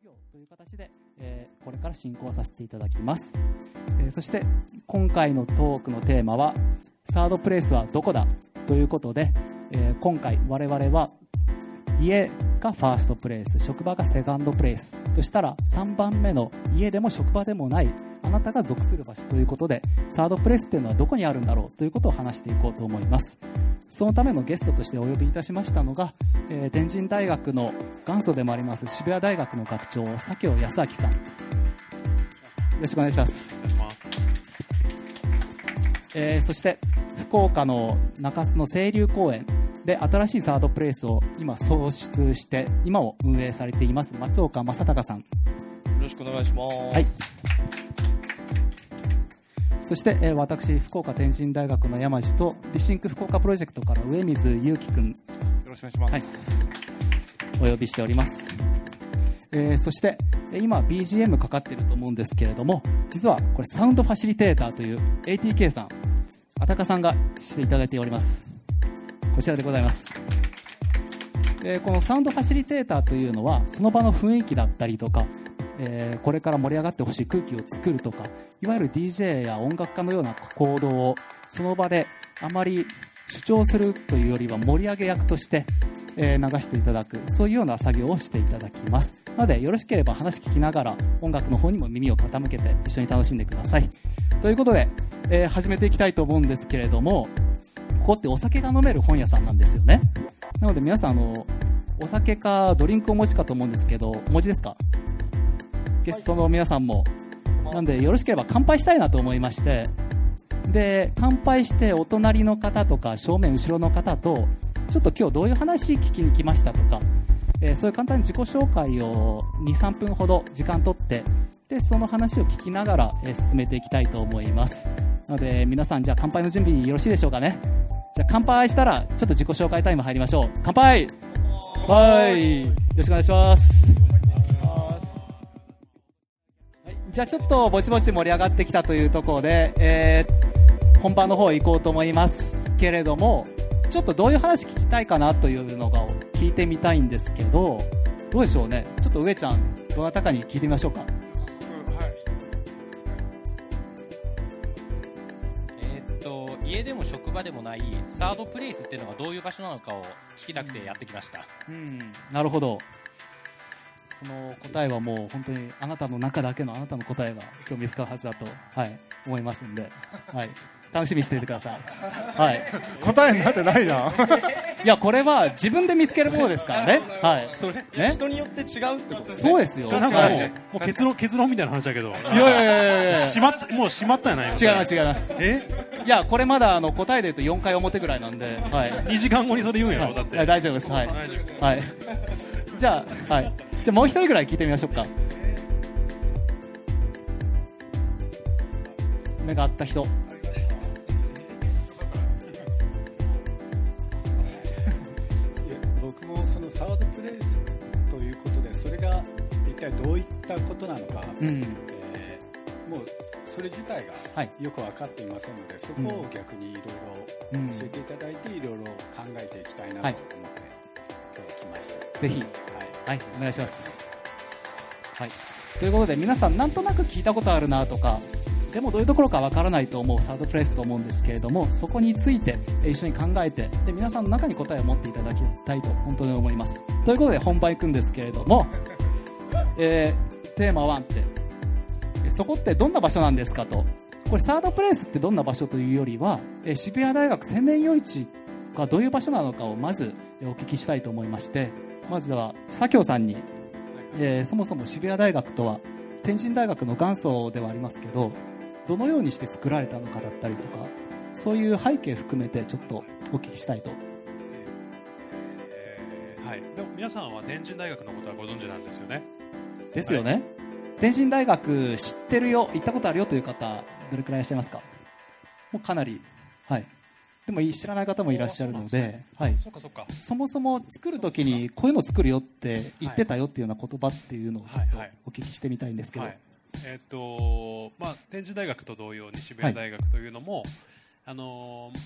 業という形で、これから進行させていただきます。そして今回のトークのテーマはサードプレイスはどこだということで、今回我々は家がファーストプレイス、職場がセカンドプレイスとしたら3番目の家でも職場でもないあなたが属する場所ということで、サードプレイスっていうのはどこにあるんだろうということを話していこうと思います。そのためのゲストとしてお呼びいたしましたのが、天神大学の元祖でもあります渋谷大学の学長佐京康明さん、よろしくお願いします。そして福岡の中洲の清流公園で新しいサードプレイスを今創出して今を運営されています松岡正隆さん、よろしくお願いします。 はい。そして、私福岡天神大学の山地とリシンク福岡プロジェクトから上水祐樹くん、よろしくお願いします、 はい、お呼びしております。そして今 BGM かかっていると思うんですけれども、実はこれサウンドファシリテーターという ATK さん、あたかさんがしていただいております。こちらでございます。このサウンドファシリテーターというのはその場の雰囲気だったりとか、これから盛り上がってほしい空気を作るとか、いわゆる DJ や音楽家のような行動をその場であまり主張するというよりは盛り上げ役として流していただく、そういうような作業をしていただきます。なのでよろしければ話聞きながら音楽の方にも耳を傾けて一緒に楽しんでください。ということで、始めていきたいと思うんですけれども、ここってお酒が飲める本屋さんなんですよね。なので皆さんお酒かドリンクお持ちかと思うんですけど、お持ちですか？ゲストの皆さんも。なんでよろしければ乾杯したいなと思いまして、で乾杯してお隣の方とか正面後ろの方とちょっと今日どういう話聞きに来ましたとか、そういう簡単に自己紹介を 2,3 分ほど時間取って、でその話を聞きながら、進めていきたいと思います。なので皆さん、じゃあ乾杯の準備よろしいでしょうかね。じゃあ乾杯したらちょっと自己紹介タイム入りましょう。乾杯。はい、よろしくお願いします。じゃあちょっとぼちぼち盛り上がってきたというところで、本番の方行こうと思いますけれども、ちょっとどういう話聞きたいかなというのが聞いてみたいんですけど、どうでしょうね。ちょっと上ちゃん、どなたかに聞いてみましょうか。 家でも職場でもないサードプレイスっていうのがどういう場所なのかを聞きたくてやってきました。 なるほど。その答えはもう本当にあなたの中だけのあなたの答えが今日見つかるはずだと、思いますんで、楽しみにしていてください。 答えになってないじゃん。 いや、これは自分で見つけるものですからね。 それ、 ね、 人によって違うってことですね。そうですよ。 なんかもう結論みたいな話だけど。いやもう閉まったやない。 違います。いや、これまだ答えで言うと4回表ぐらいなんで、 2時間後にそれ言うんやろ。だって大丈夫です。じゃあもう一人ぐらい聞いてみましょうか。目が合った人。 僕もそのサードプレイスということで、それが一体どういったことなのか、もうそれ自体がよく分かっていませんので、そこを逆にいろいろ教えていただいて、いろいろ考えていきたいなと思って、今日来ました。 ぜひお願いします。ということで皆さんなんとなく聞いたことあるなとか、でもどういうところかわからないと思うサードプレイスと思うんですけれども、そこについて一緒に考えて、で皆さんの中に答えを持っていただきたいと本当に思います。ということで本番行くんですけれども、テーマ1ってそこってどんな場所なんですかと。これサードプレイスってどんな場所というよりは、渋谷大学千年夜市がどういう場所なのかをまずお聞きしたいと思いまして、まずは佐京さんに、そもそも渋谷大学とは天神大学の元祖ではありますけど、どのようにして作られたのかだったりとか、そういう背景含めてちょっとお聞きしたいと。 でも皆さんは天神大学のことはご存知なんですよね。 ですよね。天神大学知ってるよ、行ったことあるよという方どれくらいいらっしゃいますか？もうかなり。でも知らない方もいらっしゃるので、そもそも作るときにこういうの作るよって言ってたよっていうような言葉っていうのをちょっとお聞きしてみたいんですけど、 天神大学と同様に渋谷大学というのも、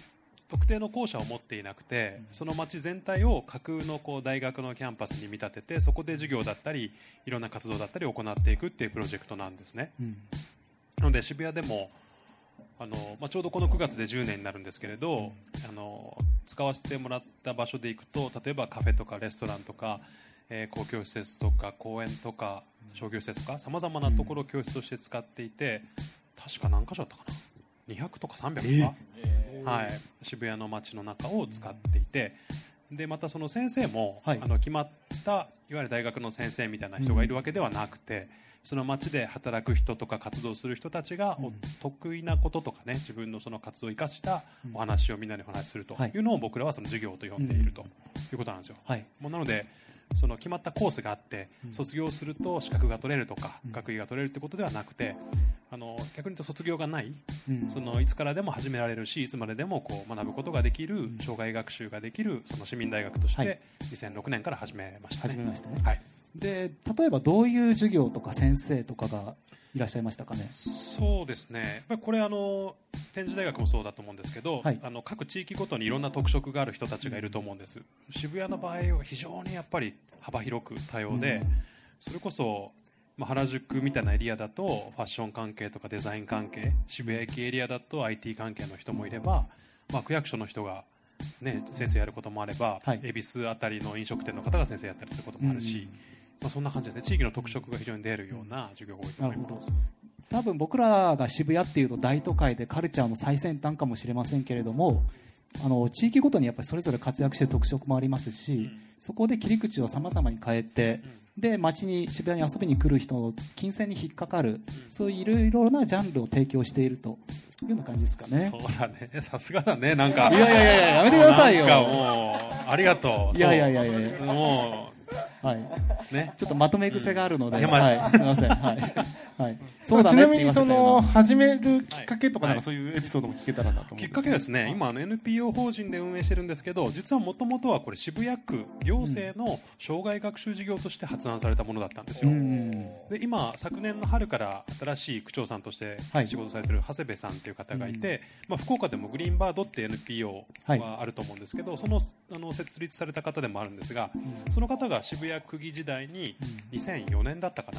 特定の校舎を持っていなくて、その街全体を架空の大学のキャンパスに見立てて、そこで授業だったりいろんな活動だったりを行っていくっていうプロジェクトなんですね。なので渋谷でもちょうどこの9月で10年になるんですけれど、使わせてもらった場所で行くと、例えばカフェとかレストランとか、公共施設とか公園とか商業施設とかさまざまなところを教室として使っていて、確か何箇所だったかな、200とか300とか、はい、渋谷の街の中を使っていて、でまたその先生も、決まったいわゆる大学の先生みたいな人がいるわけではなくて、その街で働く人とか活動する人たちが得意なこととかね、自分のその活動を生かしたお話をみんなにお話しするというのを僕らはその授業と呼んでいるということなんですよ。もうなのでその決まったコースがあって卒業すると資格が取れるとか学位が取れるということではなくて、逆に言うと卒業がない、そのいつからでも始められるし、いつまででも学ぶことができる、障害学習ができるその市民大学として2006年から始めましたね。 で例えばどういう授業とか先生とかがいらっしゃいましたかね。 そうですね、やっぱりこれ天智大学もそうだと思うんですけど、各地域ごとにいろんな特色がある人たちがいると思うんです。渋谷の場合は非常にやっぱり幅広く多様で、それこそ原宿みたいなエリアだとファッション関係とかデザイン関係、渋谷駅エリアだと IT 関係の人もいれば、区役所の人が先生やることもあれば、恵比寿あたりの飲食店の方が先生やったりすることもあるし、そんな感じですね。地域の特色が非常に出るような授業が多いと思います。 多分僕らが渋谷っていうと大都会でカルチャーの最先端かもしれませんけれども、地域ごとにやっぱりそれぞれ活躍している特色もありますし、そこで切り口をさまざまに変えて、で街に渋谷に遊びに来る人の金銭に引っかかる、そういういろいろなジャンルを提供しているというような感じですかね。 そうだね、さすがだね。なんかいややめてくださいよ。 もうありがとう。 いやもうちょっとまとめ癖があるので、すみません。 そうだね。ちなみに始めるきっかけとかそういうエピソードも聞けたらなと思う。 きっかけですね。今NPO 法人で運営してるんですけど、実はもともとはこれ渋谷区行政の障害学習事業として発案されたものだったんですよ。で今昨年の春から新しい区長さんとして仕事されている長谷部さんという方がいて、福岡でもグリーンバードって NPO はあると思うんですけど、その設立された方でもあるんですが、その方が渋谷区議時代に2004年だったかな、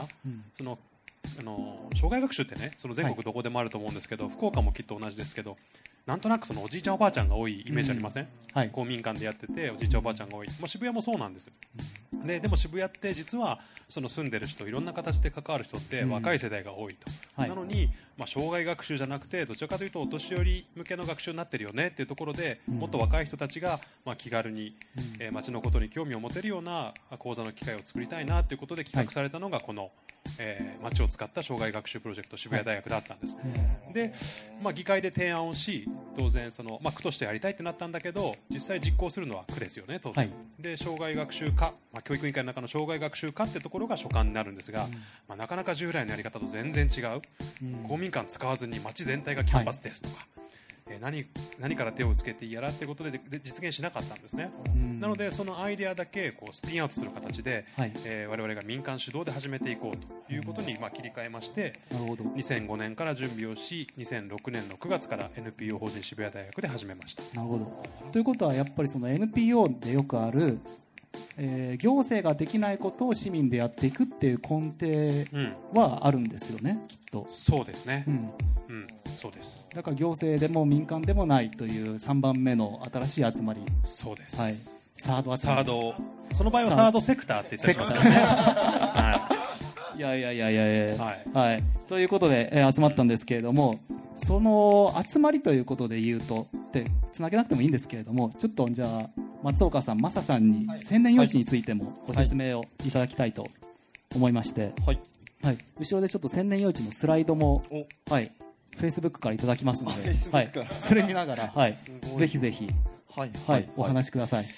障害学習ってね、その全国どこでもあると思うんですけど、福岡もきっと同じですけど、なんとなくそのおじいちゃんおばあちゃんが多いイメージありません？公民館でやってておじいちゃんおばあちゃんが多い、渋谷もそうなんです。でも渋谷って実はその住んでる人、いろんな形で関わる人って若い世代が多いと、なのに、障害学習じゃなくてどちらかというとお年寄り向けの学習になってるよねっていうところで、もっと若い人たちが気軽に街のことに興味を持てるような講座の機会を作りたいなということで企画されたのがこの街を使った障害学習プロジェクト渋谷大学だったんです。で、議会で提案をし、当然区としてやりたいってなったんだけど、実際実行するのは区ですよね、当然。で障害学習課、教育委員会の中の障害学習課ってところが所管になるんですが、なかなか従来のやり方と全然違う、公民館使わずに街全体がキャンパスですとか、何から手をつけていいやらってことで実現しなかったんですね。なのでそのアイデアだけスピンアウトする形で、我々が民間主導で始めていこうということに切り替えまして、2005年から準備をし、2006年の9月から NPO 法人渋谷大学で始めました。 なるほど。ということはやっぱりその NPO でよくある、行政ができないことを市民でやっていくっていう根底はあるんですよね、きっと。 そうですね。そうです。 だから行政でも民間でもないという3番目の新しい集まり。 そうです。 サード集まり。 その場合はサードセクターって言ったりしますよね。 いや、ということで、集まったんですけれども、その集まりということで言うとってつなげなくてもいいんですけれども、ちょっとじゃあ松岡さん、マサさんに千年夜市についてもご説明をいただきたいと思いまして、後ろでちょっと千年夜市のスライドもFacebook からいただきますので、それ見ながら、ぜひぜひ、お話しください。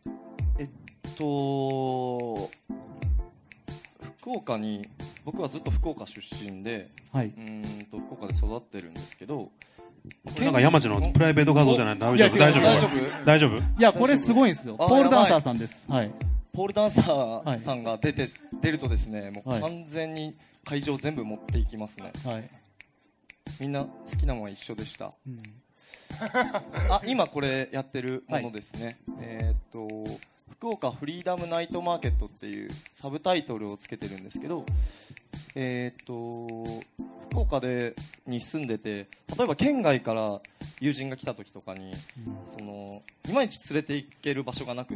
福岡に、僕はずっと福岡出身で、福岡で育ってるんですけど、 なんか山地のプライベート画像じゃない？大丈夫？ いや、これすごいんですよ。ポールダンサーさんです。 ポールダンサーさんが出るとですね、もう完全に会場全部持っていきますね。みんな好きなものは一緒でした。 今これやってるものですね、福岡フリーダムナイトマーケットっていうサブタイトルをつけてるんですけど、福岡に住んでて、例えば県外から友人が来た時とかに、いまいち連れて行ける場所がなくって、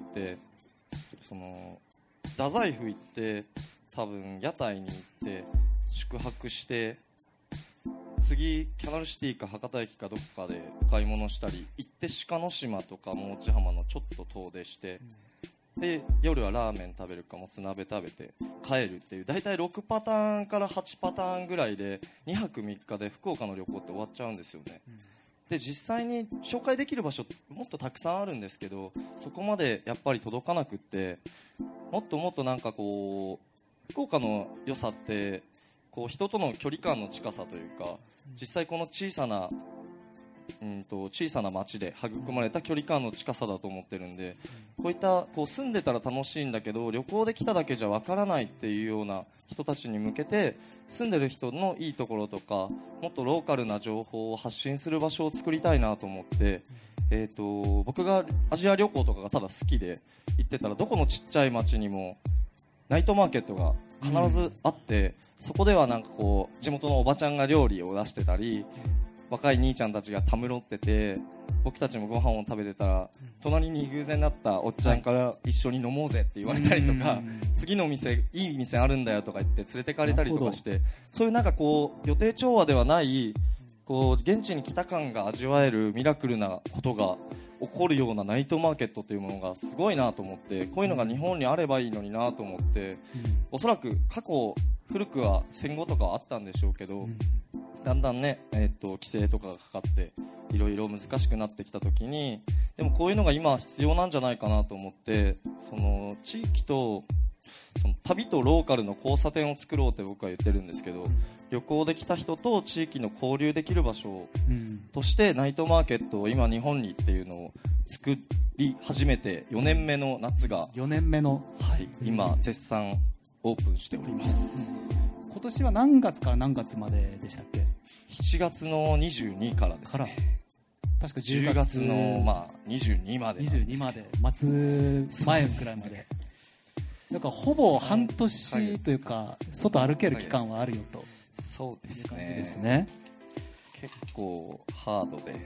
太宰府行って多分屋台に行って宿泊して、次キャナルシティか博多駅かどっかで買い物したり、行って鹿の島とか門司浜のちょっと遠出して、で夜はラーメン食べるかもつ鍋食べて帰るっていう、大体6パターンから8パターンぐらいで2泊3日で福岡の旅行って終わっちゃうんですよね。で実際に紹介できる場所もっとたくさんあるんですけど、そこまでやっぱり届かなくって、もっともっとなんかこう福岡の良さってこう人との距離感の近さというか、実際この小さな町で育まれた距離感の近さだと思ってるんで、こういったこう住んでたら楽しいんだけど旅行で来ただけじゃわからないっていうような人たちに向けて、住んでる人のいいところとかもっとローカルな情報を発信する場所を作りたいなと思って、僕がアジア旅行とかがただ好きで行ってたら、どこのちっちゃい町にもナイトマーケットが必ずあって、そこではなんかこう地元のおばちゃんが料理を出してたり、若い兄ちゃんたちがたむろってて、僕たちもご飯を食べてたら隣に偶然なったおっちゃんから一緒に飲もうぜって言われたりとか、次の店いい店あるんだよとか言って連れてかれたりとかして、そういうなんかこう予定調和ではないこう現地に来た感が味わえるミラクルなことが起こるようなナイトマーケットというものがすごいなと思って、こういうのが日本にあればいいのになと思って、おそらく過去古くは戦後とかはあったんでしょうけど、だんだんね、規制とかがかかっていろいろ難しくなってきた時に、でもこういうのが今必要なんじゃないかなと思って、その地域とその旅とローカルの交差点を作ろうって僕は言ってるんですけど、旅行で来た人と地域の交流できる場所としてナイトマーケットを今日本にっていうのを作り始めて4年目の夏が 4年目の、 はい、今絶賛オープンしております。 今年は何月から何月まででしたっけ ？7月の22からですね。 確か 10月の、22まで 22まで末前くらいまで、だからほぼ半年というか外歩ける期間はあるよと。 そうですね。 いう感じですね。 結構ハードで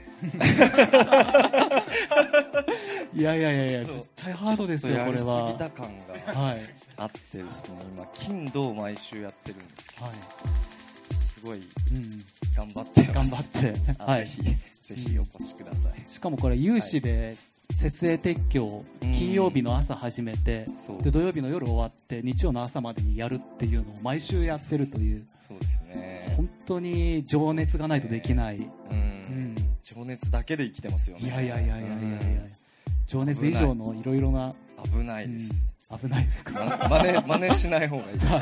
いや絶対ハードですよこれは。 やりすぎた感があってですね、今金土毎週やってるんですけど、すごい頑張ってます。ぜひお越しください。 しかもこれ有志で設営撤去を金曜日の朝始めて、で土曜日の夜終わって日曜の朝までにやるっていうのを毎週やってるという。 そうですね。 本当に情熱がないとできない。 情熱だけで生きてますよね。 いや情熱以上のいろいろな。 危ないです。 危ないですか。 真似しない方がいいです。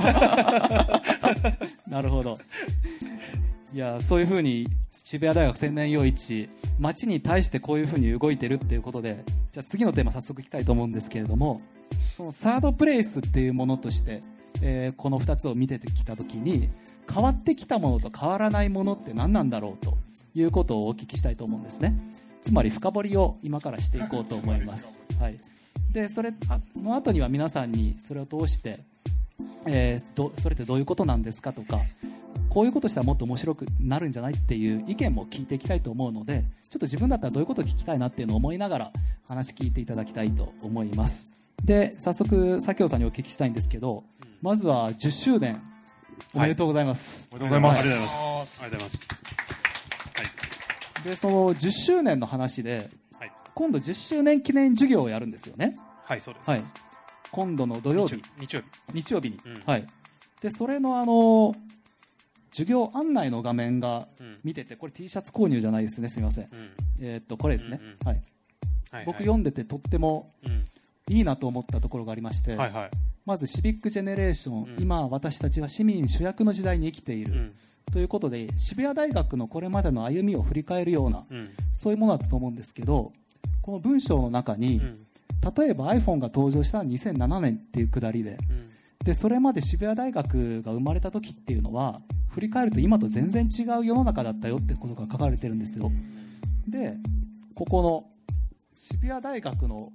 なるほど。いやそういうふうに渋谷大学千年夜市街に対してこういうふうに動いてるっていうことで、じゃあ次のテーマ早速いきたいと思うんですけれども、そのサードプレイスっていうものとして、この2つを見てきたときに変わってきたものと変わらないものって何なんだろうということをお聞きしたいと思うんですね。つまり深掘りを今からしていこうと思います。はい、でそれの後には皆さんにそれを通して、それってどういうことなんですかとか、こういうことしたらもっと面白くなるんじゃないっていう意見も聞いていきたいと思うので、ちょっと自分だったらどういうことを聞きたいなっていうのを思いながら話聞いていただきたいと思います。で早速左京さんにお聞きしたいんですけど、まずは10周年おめでとうございます。 おめでとうございます。ありがとうございます。 でその10周年の話で、今度10周年記念授業をやるんですよね。 はい、そうです。 今度の土曜日、日曜日に、でそれの授業案内の画面が見てて、これ T シャツ購入じゃないですね、すみません。これですね。僕読んでてとってもいいなと思ったところがありまして、まずシビックジェネレーション、今私たちは市民主役の時代に生きている、ということで渋谷大学のこれまでの歩みを振り返るような、そういうものだったと思うんですけど、この文章の中に、例えば iPhone が登場したのは2007年っていうくだりで、でそれまで渋谷大学が生まれた時っていうのは振り返ると今と全然違う世の中だったよってことが書かれてるんですよ。 でここの渋谷大学の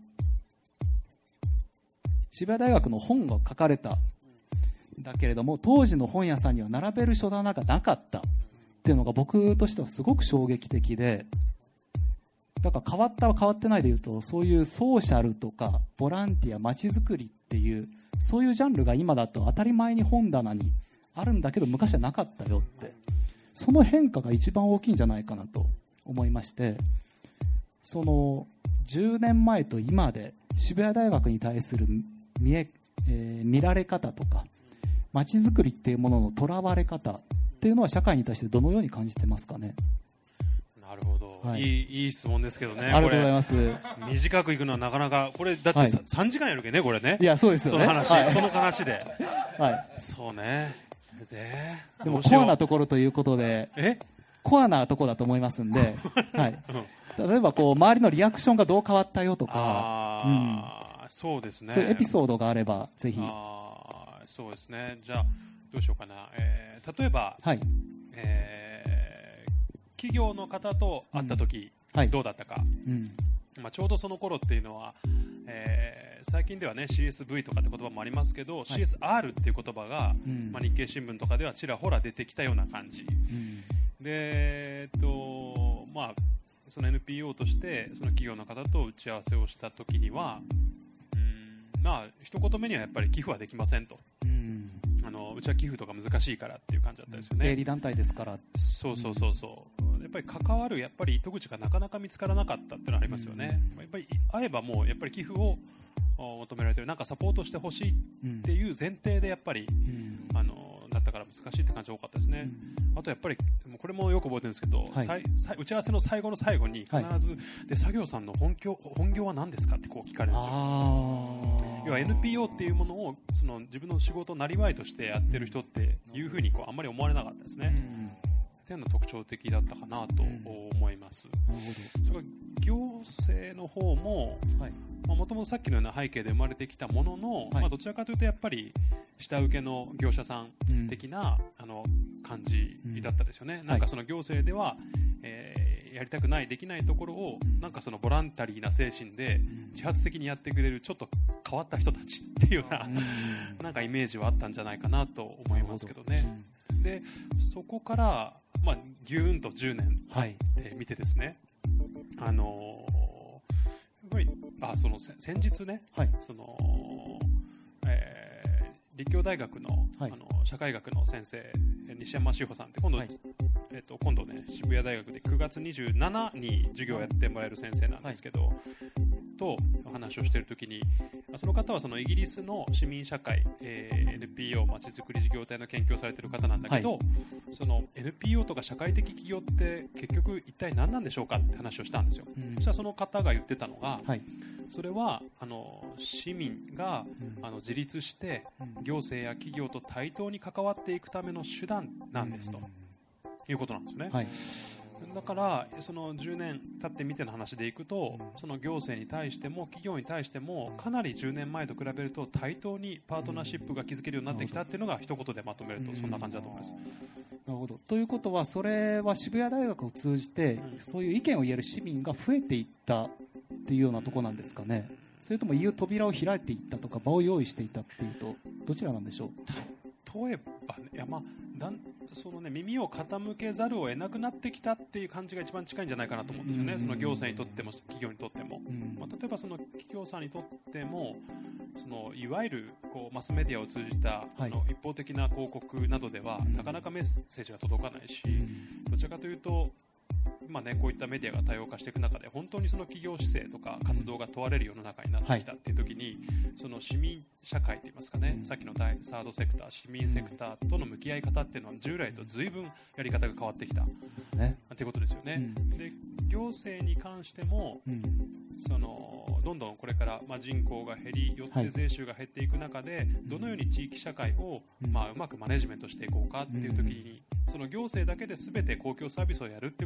本が書かれたんだけれども、当時の本屋さんには並べる書棚がなかったっていうのが僕としてはすごく衝撃的で、だから変わった変わってないでいうと、そういうソーシャルとかボランティア、まちづくりっていうそういうジャンルが今だと当たり前に本棚にあるんだけど昔はなかったよって、その変化が一番大きいんじゃないかなと思いまして、その10年前と今で渋谷大学に対する見られ方とかまちづくりっていうもののとらわれ方っていうのは社会に対してどのように感じてますかね。 なるほど、はい、いい質問ですけどね。 ありがとうございます。 短くいくのはなかなか、これだって、はい、3時間やるけねこれね。 いやそうですよね、 その話、はい、その話で、 はい、 そうね。 でもコアなところということで、コアなところだと思いますんで、はい、例えばこう周りのリアクションがどう変わったよとか、 そうですね、 そういうエピソードがあればぜひ。 そうですね。じゃあどうしようかな。例えば、はい、企業の方と会った時、どうだったか、ちょうどその頃っていうのは、最近ではね CSV とかって言葉もありますけど、CSR っていう言葉が、日経新聞とかではちらほら出てきたような感じ、でその NPO としてその企業の方と打ち合わせをした時には、一言目にはやっぱり寄付はできませんと、うちは寄付とか難しいからっていう感じだったですよね。 営利団体ですから。 そうやっぱり関わるやっぱり糸口がなかなか見つからなかったっていうのはありますよね。やっぱり会えばもうやっぱり寄付を求められてる、なんかサポートしてほしいっていう前提でやっぱり、なったから難しいって感じが多かったですね。あとやっぱりこれもよく覚えてるんですけど、打ち合わせの最後の最後に必ず、で作業さんの本業は何ですかってこう聞かれるんですよ。要は NPO っていうものをその自分の仕事をなりわいとしてやってる人っていうふうにあんまり思われなかったですね。っていうのが特徴的だったかなと思います。それから行政の方ももともとさっきのような背景で生まれてきたものの、どちらかというとやっぱり下請けの業者さん的な、感じだったですよね。なんかその行政では、やりたくないできないところをなんかそのボランタリーな精神で自発的にやってくれるちょっと変わった人たちっていうような、なんかイメージはあったんじゃないかなと思いますけどね。でそこからぎゅーんと10年見てですね、やっぱりその先日ね、その立教大学の、社会学の先生西山志保さんって今度ね渋谷大学で9月27に授業をやってもらえる先生なんですけど、とお話をしているときに、その方はそのイギリスの市民社会、NPO まちづくり事業体の研究をされている方なんだけど、その NPO とか社会的企業って結局一体何なんでしょうかって話をしたんですよ。そしたらその方が言ってたのが、それは市民が自立して行政や企業と対等に関わっていくための手段なんですということなんですね。だからその10年経ってみての話でいくと、その行政に対しても企業に対してもかなり10年前と比べると対等にパートナーシップが築けるようになってきたっていうのが一言でまとめるとそんな感じだと思います。 なるほど。ということはそれは渋谷大学を通じてそういう意見を言える市民が増えていったっていうようなところなんですかね。それとも言う扉を開いていったとか場を用意していたっていうとどちらなんでしょう。 例えばその耳を傾けざるを得なくなってきたっていう感じが一番近いんじゃないかなと思うんですよね。その行政にとっても企業にとっても、例えばその企業さんにとってもそのいわゆるマスメディアを通じた、一方的な広告などでは、なかなかメッセージが届かないし、どちらかというとこういったメディアが多様化していく中で本当にその企業姿勢とか活動が問われる世の中になってきたっていう時に、その市民社会といいますかね、さっきのサードセクター市民セクターとの向き合い方っていうのは従来と随分やり方が変わってきたっていうことですよね。で行政に関しても、そのどんどんこれから、人口が減りよって税収が減っていく中で、どのように地域社会を、うまくマネジメントしていこうかっていう時に、その行政だけで全て公共サービスをやるってことはなか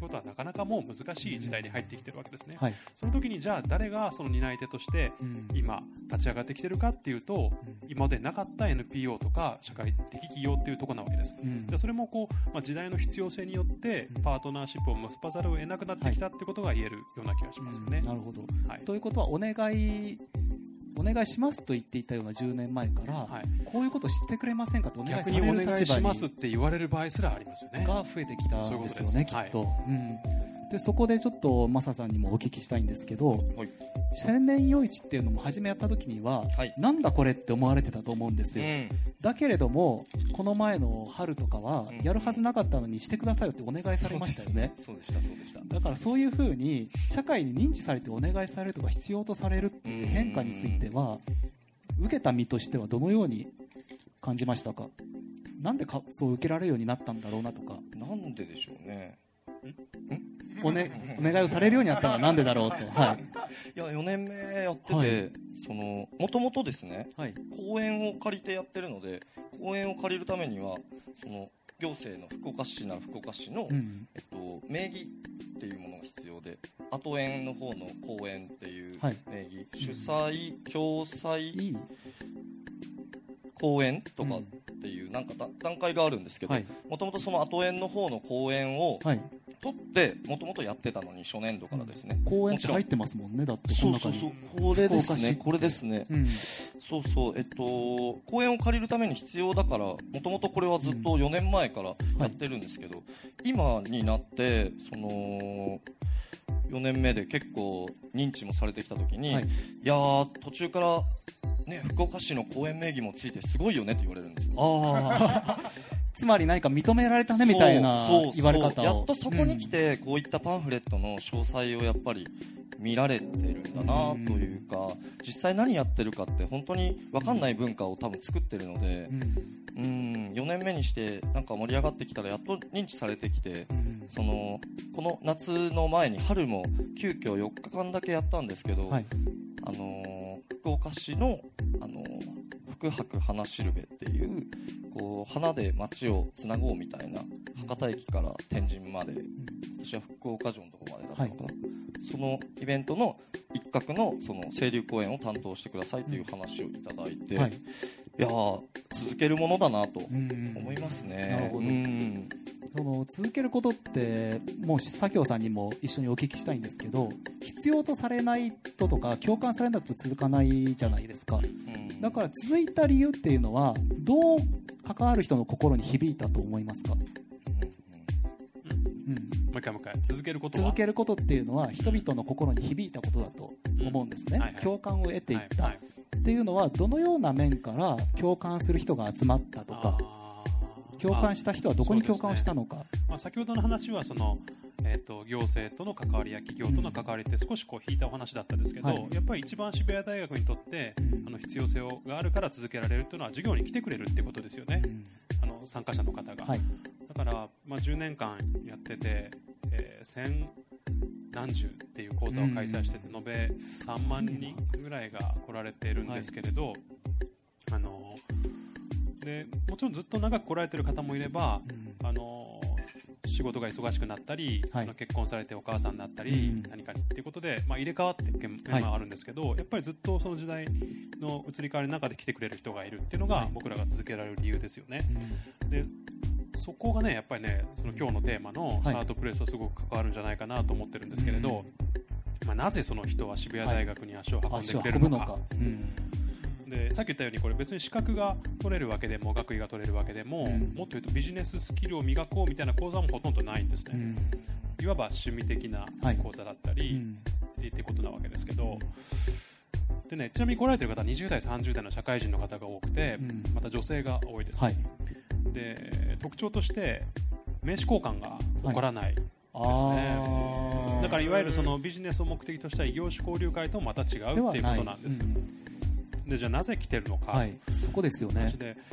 かなかもう難しい時代に入ってきてるわけですね、 はい、 その時にじゃあ誰がその担い手として今立ち上がってきてるかっていうと、今までなかった NPO とか社会的企業っていうところなわけです、でそれもこう、時代の必要性によってパートナーシップを結ばざるを得なくなってきたってことが言えるような気がしますよね、 なるほど、はい、ということはお願いしますと言っていたような10年前から、はい、こういうことしてくれませんかとお願いされる立場に逆にお願いしますって言われる場合すらありますよねが増えてきたんですよね、きっと、でそこでちょっとマサさんにもお聞きしたいんですけど、はい、千年夜市っていうのも始めやった時には、はい、なんだこれって思われてたと思うんですよ、だけれどもこの前の春とかはやるはずなかったのにしてくださいよってお願いされましたよね、 そうでしただからそういうふうに社会に認知されてお願いされるとか必要とされるっていう変化については受けた身としてはどのように感じましたか。なんでそう受けられるようになったんだろうなとか。 なんででしょうね。 お願いをされるようになったのはなんでだろうと、はい、 いや4年目やってて、はい、もともとですね、はい、公園を借りてやってるので、公園を借りるためには行政の福岡市な福岡市の、名義っていうものが必要で、後園の方の公園っていう名義、主催共催公園とかっていうなんか段階があるんですけど、もともとその後園の方の公園を取ってもともとやってたのに初年度からですね、 公園って入ってますもんね。だってこれですね、これですね、公園を借りるために必要だから、もともとこれはずっと4年前からやってるんですけど、今になって4年目で結構認知もされてきた時に、いやー途中からね、福岡市の公園名義もついてすごいよねって言われるんですよ。 つまり何か認められたねみたいな言われ方を、 やっとそこに来てこういったパンフレットの詳細をやっぱり見られてるんだなというか、実際何やってるかって本当に分かんない文化を多分作ってるので、4年目にしてなんか盛り上がってきたらやっと認知されてきて、この夏の前に春も急遽4日間だけやったんですけど、福岡市の福博花しるべっていう花で街をつなごうみたいな、博多駅から天神まで、私は福岡城のところまでだったのかな、そのイベントの一角の清流公園を担当してくださいという話をいただいて、いや続けるものだなと思いますね。 なるほど。続けることってもう佐京さんにも一緒にお聞きしたいんですけど、必要とされないとか共感されないと続かないじゃないですか。だから続いた理由っていうのはどう関わる人の心に響いたと思いますか。 もう一回続けることっていうのは人々の心に響いたことだと思うんですね、共感を得ていった、っていうのはどのような面から共感する人が集まったとか、共感した人はどこに共感をしたのか。 先ほどの話は行政との関わりや企業との関わりって少し引いたお話だったんですけど、やっぱり一番渋谷大学にとって、必要性があるから続けられるっていうのは授業に来てくれるっていうことですよね、参加者の方が、だから、10年間やってて、千何十っていう講座を開催してて、延べ3万人ぐらいが来られているんですけれど、でもちろんずっと長く来られている方もいれば、仕事が忙しくなったり、結婚されてお母さんになったり、何かっていうことで、入れ替わっていく面もあるんですけど、やっぱりずっとその時代の移り変わりの中で来てくれる人がいるっていうのが、僕らが続けられる理由ですよね。でそこがね、やっぱりね、今日のテーマのサードプレイスとすごく関わるんじゃないかなと思ってるんですけれど、なぜその人は渋谷大学に足を運んでくれるのか。でさっき言ったように、これ別に資格が取れるわけでも学位が取れるわけでも、もっと言うとビジネススキルを磨こうみたいな講座もほとんどないんですね、いわば趣味的な講座だったり、ってことなわけですけど、でね、ちなみに来られてる方は20代30代の社会人の方が多くて、また女性が多いです、で特徴として名刺交換が起こらないですね、だからいわゆるそのビジネスを目的とした異業種交流会ともまた違うっていうことなんですよ。でじゃあなぜ来てるのか、 そこですよね。 でやっ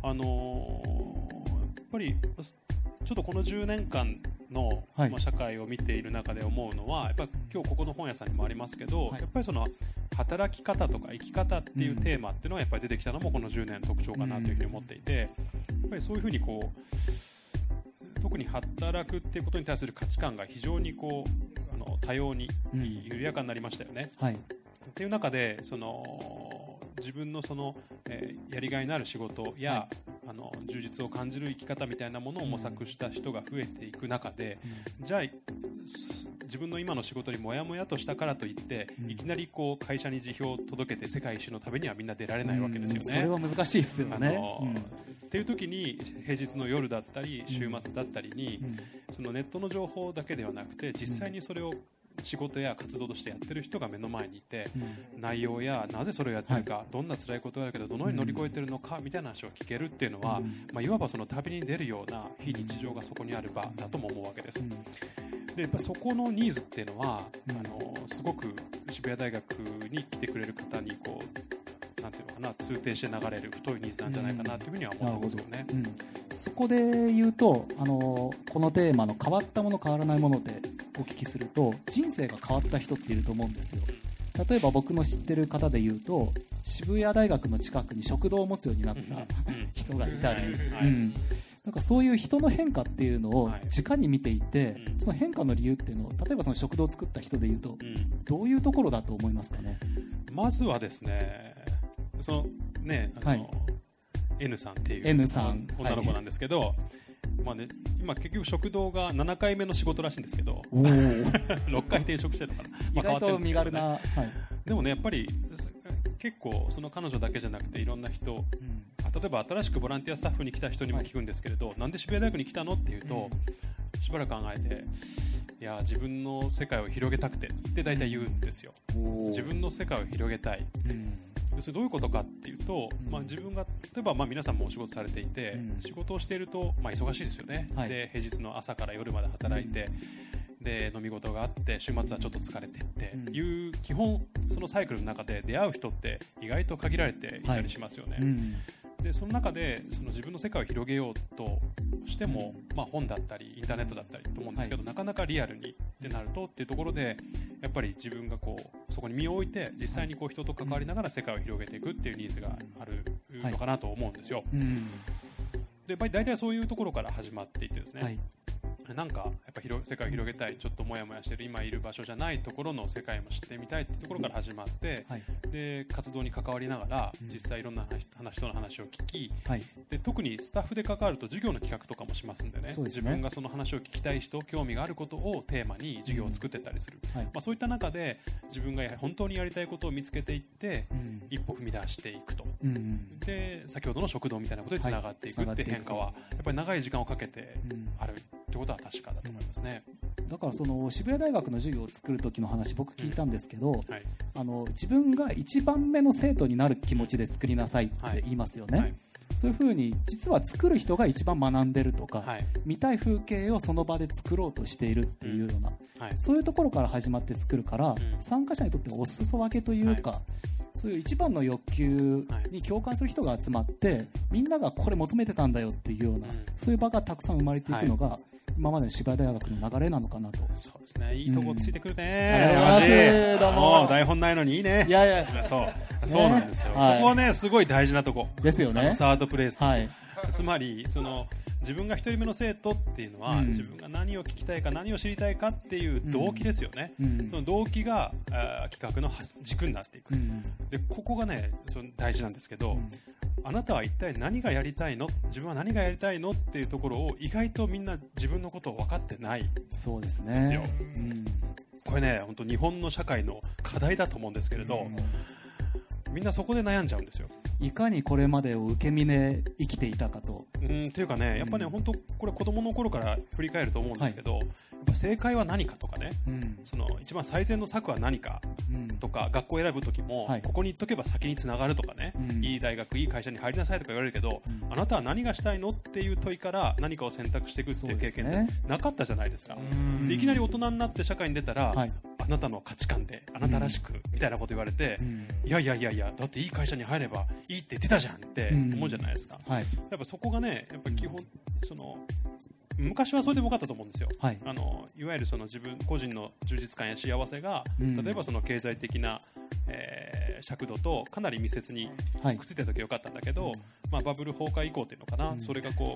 ぱりちょっとこの10年間の、社会を見ている中で思うのは、やっぱり今日ここの本屋さんにもありますけど、やっぱりその働き方とか生き方っていうテーマっていうのがやっぱり出てきたのもこの10年の特徴かなというふうに思っていて、やっぱりそういうふうに特に働くっていうことに対する価値観が非常にこう多様に緩やかになりましたよね。 はい、 っていう中で自分のやりがいのある仕事や、充実を感じる生き方みたいなものを模索した人が増えていく中で、じゃあ自分の今の仕事にモヤモヤとしたからといって、いきなりこう会社に辞表を届けて世界一周の旅にはみんな出られないわけですよね。 それは難しいですよね。 っていう時に平日の夜だったり週末だったりに、そのネットの情報だけではなくて実際にそれを仕事や活動としてやってる人が目の前にいて、内容やなぜそれをやってるか、どんな辛いことがあるけどどのように乗り越えてるのかみたいな話を聞けるっていうのは、いわばその旅に出るような非日常がそこにある場だとも思うわけです。でやっぱそこのニーズっていうのは、すごく渋谷大学に来てくれる方にこうなんていうのかな、通底して流れる太いニーズなんじゃないかなというふうには思ってますよね。 そこで言うとこのテーマの変わったもの変わらないものでお聞きすると、人生が変わった人っていると思うんですよ。例えば僕の知ってる方で言うと、渋谷大学の近くに食堂を持つようになった人がいたり、なんかそういう人の変化っていうのを直に見ていて、その変化の理由っていうのを例えばその食堂を作った人で言うと、どういうところだと思いますかね。 まずはですね、N さんっていう女の子なんですけど、今結局食堂が7回目の仕事らしいんですけど6回転職してたから、 意外と身軽な、 でもねやっぱり結構その彼女だけじゃなくていろんな人、例えば新しくボランティアスタッフに来た人にも聞くんですけれど、なんで渋谷大学に来たのって言うと、しばらく考えて、いや自分の世界を広げたくてって大体言うんですよ。自分の世界を広げたい、要するにどういうことかっていうと、自分が例えば皆さんもお仕事されていて、仕事をしていると、忙しいですよね、で平日の朝から夜まで働いて、で飲み事があって週末はちょっと疲れてっていう、基本そのサイクルの中で出会う人って意外と限られていたりしますよね。でその中でその自分の世界を広げようとしても、本だったりインターネットだったりと思うんですけど、なかなかリアルにってなるとっていうところで、やっぱり自分がこうそこに身を置いて実際にこう人と関わりながら世界を広げていくっていうニーズがあるのかなと思うんですよ。で大体そういうところから始まっていてですね、なんかやっぱ世界を広げたい、ちょっとモヤモヤしてる今いる場所じゃないところの世界も知ってみたいっていうところから始まって、で活動に関わりながら実際いろんな人の話を聞き、で特にスタッフで関わると授業の企画とかもしますんでね、自分がその話を聞きたい人、興味があることをテーマに授業を作ってったりする、そういった中で自分が本当にやりたいことを見つけていって、一歩踏み出していくと、で先ほどの食堂みたいなことにつながっていくって変化はやっぱり長い時間をかけてあるってことは確かだと思いますね。 だからその渋谷大学の授業を作る時の話僕聞いたんですけど、自分が一番目の生徒になる気持ちで作りなさいって言いますよね。そういうふうに実は作る人が一番学んでるとか、見たい風景をその場で作ろうとしているっていうような、そういうところから始まって作るから、参加者にとってはお裾分けというか、そういう一番の欲求に共感する人が集まって、みんながこれ求めてたんだよっていうような、そういう場がたくさん生まれていくのが、今までの渋谷大学の流れなのかなと。 そうですね、いいとこついてくるね。 どうも台本ないのにいいね。 いやいや、 そうなんですよ。そこはねすごい大事なとこですよね。 サードプレイス。つまりその自分が一人目の生徒っていうのは、自分が何を聞きたいか何を知りたいかっていう動機ですよね。その動機が企画の軸になっていく。でここがね大事なんですけど、あなたは一体何がやりたいの、自分は何がやりたいのっていうところを意外とみんな自分のことを分かってないんですよ。 そうですね。 これね本当日本の社会の課題だと思うんですけれど、みんなそこで悩んじゃうんですよ。 いかにこれまでを受け身で生きていたかと。 っていうかね、やっぱね、本当これ子供の頃から振り返ると思うんですけど、やっぱ正解は何かとかね、その一番最善の策は何かとか、学校を選ぶ時も、ここに行っとけば先につながるとかね、いい大学いい会社に入りなさいとか言われるけど、あなたは何がしたいのっていう問いから何かを選択していくっていう経験ってなかったじゃないですか。でいきなり大人になって社会に出たら、あなたの価値観であなたらしくみたいなこと言われて、いやだっていい会社に入ればいいって言ってたじゃんって思うじゃないですか。やっぱそこがね、やっぱ基本その昔はそれでもよかったと思うんですよ。いわゆるその自分個人の充実感や幸せが、例えばその経済的な、尺度とかなり密接にくっついてた時はよかったんだけど、バブル崩壊以降っていうのかな、それがこう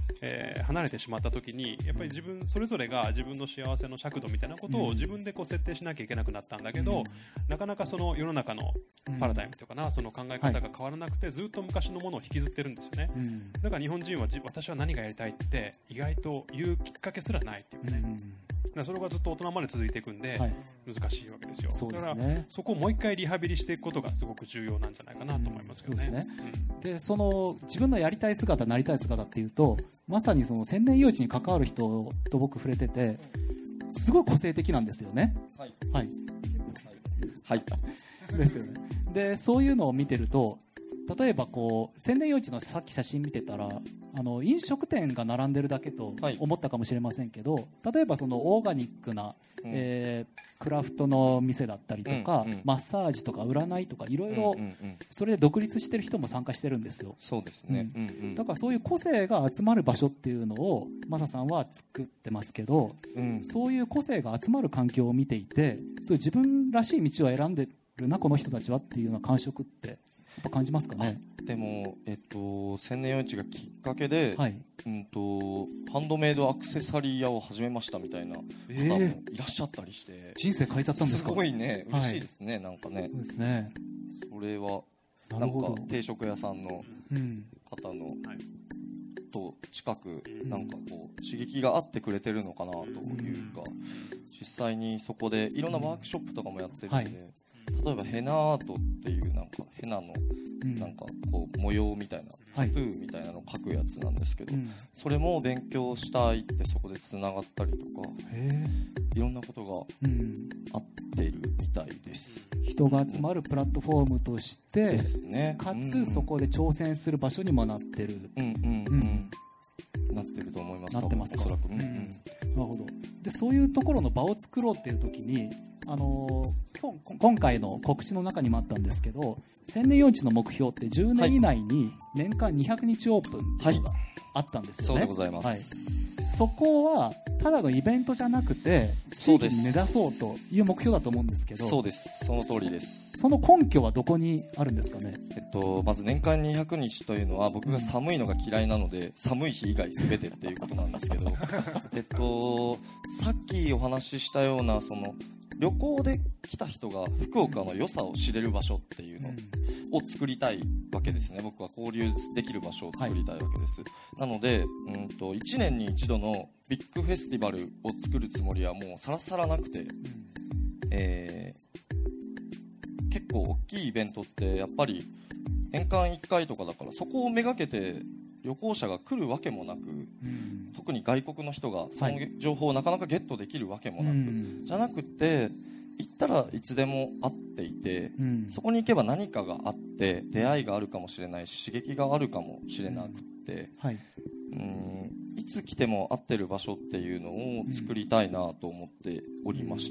離れてしまった時にやっぱりそれぞれが自分の幸せの尺度みたいなことを自分で設定しなきゃいけなくなったんだけど、なかなかその世の中のパラダイムというかな、その考え方が変わらなくてずっと昔のものを引きずってるんですよね。だから日本人は私は何がやりたいって意外と言うきっかけすらないっていうね、だからそれがずっと大人まで続いていくんで難しいわけですよ。だからそこをもう一回リハビリしていくことがすごく重要なんじゃないかなと思いますけどね。 でその自分のやりたい姿なりたい姿っていうとまさにその千年幼稚に関わる人と僕触れててすごい個性的なんですよね。はいはいはいですよね。でそういうのを見てると例えばこう千年幼稚のさっき写真見てたら飲食店が並んでるだけと思ったかもしれませんけど、例えばそのオーガニックな、クラフトの店だったりとか、マッサージとか占いとかいろいろそれで独立してる人も参加してるんですよ。 そうですね、 だからそういう個性が集まる場所っていうのをマサさんは作ってますけど、そういう個性が集まる環境を見ていてそういう自分らしい道を選んでるなこの人たちはっていうような感触ってやっぱ感じますかね。 でも、千年幼稚がきっかけで、ハンドメイドアクセサリー屋を始めましたみたいな方もいらっしゃったりして、 人生変えちゃったんですか。 すごいね嬉しいですね、なんかね。 そうですね。 それはなんか定食屋さんの方の、と近くなんかこう刺激があってくれてるのかなというか、実際にそこでいろんなワークショップとかもやってるので、例えばヘナアートっていうなんかヘナのなんかこう模様みたいなタトゥーみたいなのを描くやつなんですけど、それも勉強したいってそこでつながったりとかいろんなことがあっているみたいです。 人が集まるプラットフォームとしてですね、 かつそこで挑戦する場所にもなってる、 なってると思います。 なってますか。 おそらく、 なるほど。でそういうところの場を作ろうっていう時に今回の告知の中にもあったんですけど千年幼稚の目標って10年以内に年間200日オープンっていうのがあったんですよね。 そうでございます、 そこはただのイベントじゃなくて地域に根ざそうという目標だと思うんですけど。 そうです、その通りです。 その根拠はどこにあるんですかね。 まず年間200日というのは僕が寒いのが嫌いなので、寒い日以外全てっていうことなんですけどさっきお話ししたようなその旅行で来た人が福岡の良さを知れる場所っていうのを作りたいわけですね。僕は交流できる場所を作りたいわけです、なので、1年に一度のビッグフェスティバルを作るつもりはもうさらさらなくて、結構大きいイベントってやっぱり年間1回とかだからそこをめがけて旅行者が来るわけもなく、特に外国の人がその情報をなかなかゲットできるわけもなく、じゃなくて行ったらいつでも会っていて、そこに行けば何かがあって出会いがあるかもしれないし刺激があるかもしれなくって、いつ来ても会ってる場所っていうのを作りたいなと思っておりまして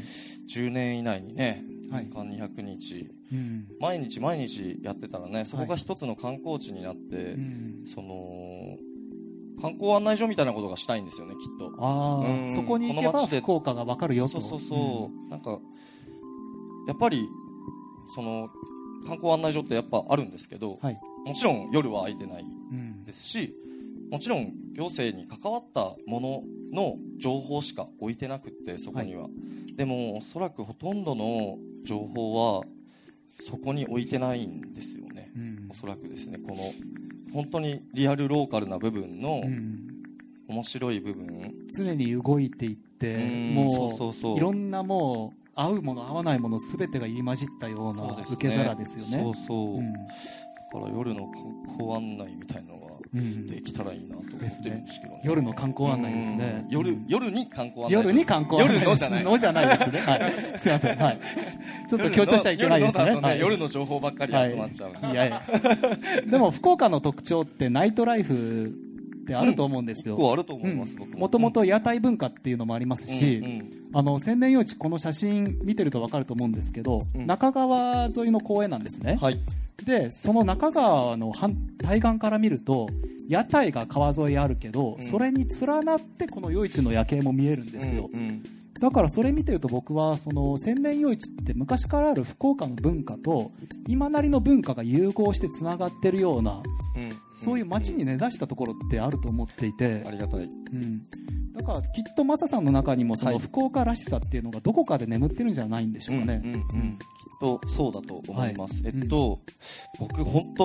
、10年以内にね年間200日、毎日毎日やってたらね、そこが一つの観光地になって、その観光案内所みたいなことがしたいんですよね、きっと。 そこに行けば福岡が分かるよと。 なんかやっぱりその観光案内所ってやっぱあるんですけど、もちろん夜は空いてないですし、もちろん行政に関わったものの情報しか置いてなくってそこには、でもおそらくほとんどの情報はそこに置いてないんですよね、おそらくですね。この本当にリアルローカルな部分の面白い部分、 常に動いていって、もういろんなもう合うもの合わないもの全てが入り混じったような受け皿ですよね。 だから夜の観光案内みたいなのができたらいいなと思ってるんですけどね。 夜の観光案内ですね。 夜に観光案内。 夜に観光案内。 夜のじゃない。 のじゃないですね。すいません。ちょっと強調しちゃいけないですね。 夜の情報ばっかり集まっちゃう。 でも福岡の特徴ってナイトライフってあると思うんですよ。 結構あると思います。 もともと屋台文化っていうのもありますし、千年幼稚この写真見てると分かると思うんですけど、中川沿いの公園なんですね。でその中川の対岸から見ると屋台が川沿いあるけど、それに連なってこの夜市の夜景も見えるんですよ。だからそれ見てると僕はその千年夜市って昔からある福岡の文化と今なりの文化が融合してつながってるような、 そういう街に根ざしたところってあると思っていて、 ありがたい、 だからきっとマサさんの中にもその福岡らしさっていうのがどこかで眠ってるんじゃないんでしょうかね。 きっとそうだと思います、僕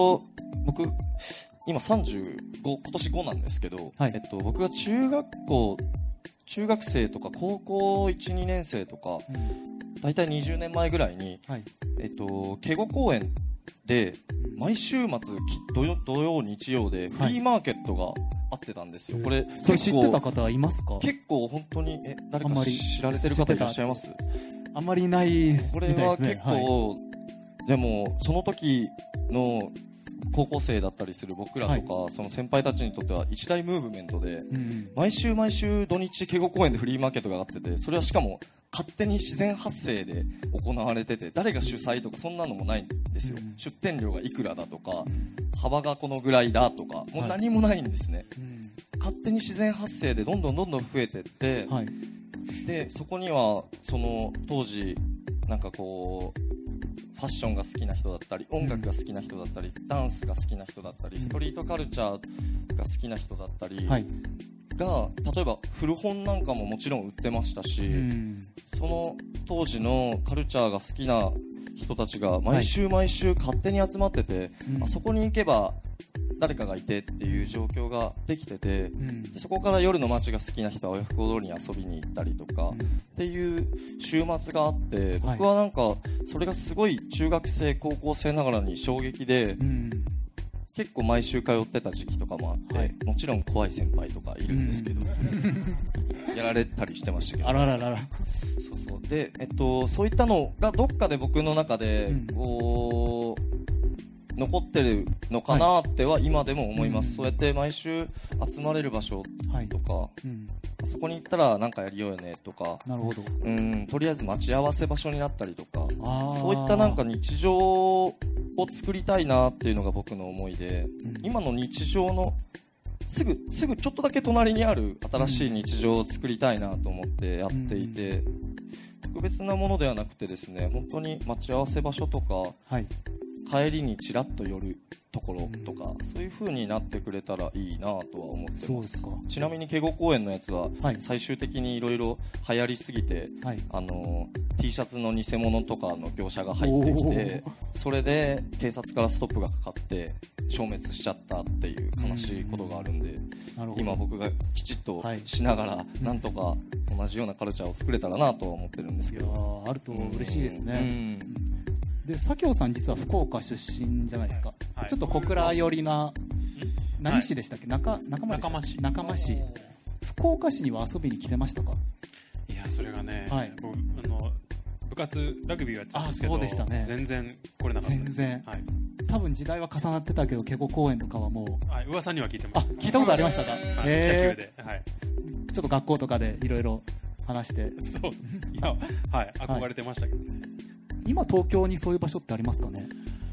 今35、今年5なんですけど、僕が中学生とか高校 1,2 年生とか、大体20年前ぐらいに、警固公園で毎週末土曜日曜でフリーマーケットがあってたんですよ。これそれ知ってた方はいますか？ 結構本当に誰か知られてる方いらっしゃいます？ あんまりいないみたいですね。 これは結構、でもその時の高校生だったりする僕らとか、その先輩たちにとっては一大ムーブメントで、毎週土日警固公園でフリーマーケットがあってて、それはしかも勝手に自然発生で行われてて、誰が主催とかそんなのもないんですよ。出店料がいくらだとか、幅がこのぐらいだとか、もう何もないんですね。勝手に自然発生でどんどん増えてって、でそこにはその当時なんかこうファッションが好きな人だったり、音楽が好きな人だったり、ダンスが好きな人だったり、ストリートカルチャーが好きな人だったりが、例えば古本なんかももちろん売ってましたし、その当時のカルチャーが好きな人たちが毎週勝手に集まってて、あそこに行けば誰かがいてっていう状況ができてて、でそこから夜の街が好きな人は親不孝通りに遊びに行ったりとか、っていう週末があって、僕はなんかそれがすごい中学生高校生ながらに衝撃で、結構毎週通ってた時期とかもあって、もちろん怖い先輩とかいるんですけど、やられたりしてましたけど、 あらららら、 そうで、そういったのがどっかで僕の中でこう残ってるのかなっては今でも思います、そうやって毎週集まれる場所とか、そこに行ったら何かやりようよねとか、 なるほど、 とりあえず待ち合わせ場所になったりとか、そういったなんか日常を作りたいなっていうのが僕の思いで、今の日常のすぐちょっとだけ隣にある新しい日常を作りたいなと思ってやっていて、特別なものではなくてですね、本当に待ち合わせ場所とか、帰りにちらっと寄るところとか、そういう風になってくれたらいいなとは思ってます。ちなみに警固公園のやつは最終的にいろいろ流行りすぎて、T シャツの偽物とかの業者が入ってきて、それで警察からストップがかかって消滅しちゃったっていう悲しいことがあるんで、今僕がきちっとしながらなんとか同じようなカルチャーを作れたらなとは思ってるんですけど、 あると嬉しいですね。で左京さん実は福岡出身じゃないですか、ちょっと小倉寄りな、何市でしたっけ、仲間市、福岡市には遊びに来てましたか？ いや、それがね、部活ラグビーをやってたんですけど、 そうでしたね、 全然来れなかったです。 全然、多分時代は重なってたけど警固公園とかはもう、 噂には聞いてました。 聞いたことありましたか？ 野球で、 ちょっと学校とかでいろいろ話して、 そう、いや、憧れてましたけどね。 今東京にそういう場所ってありますかね？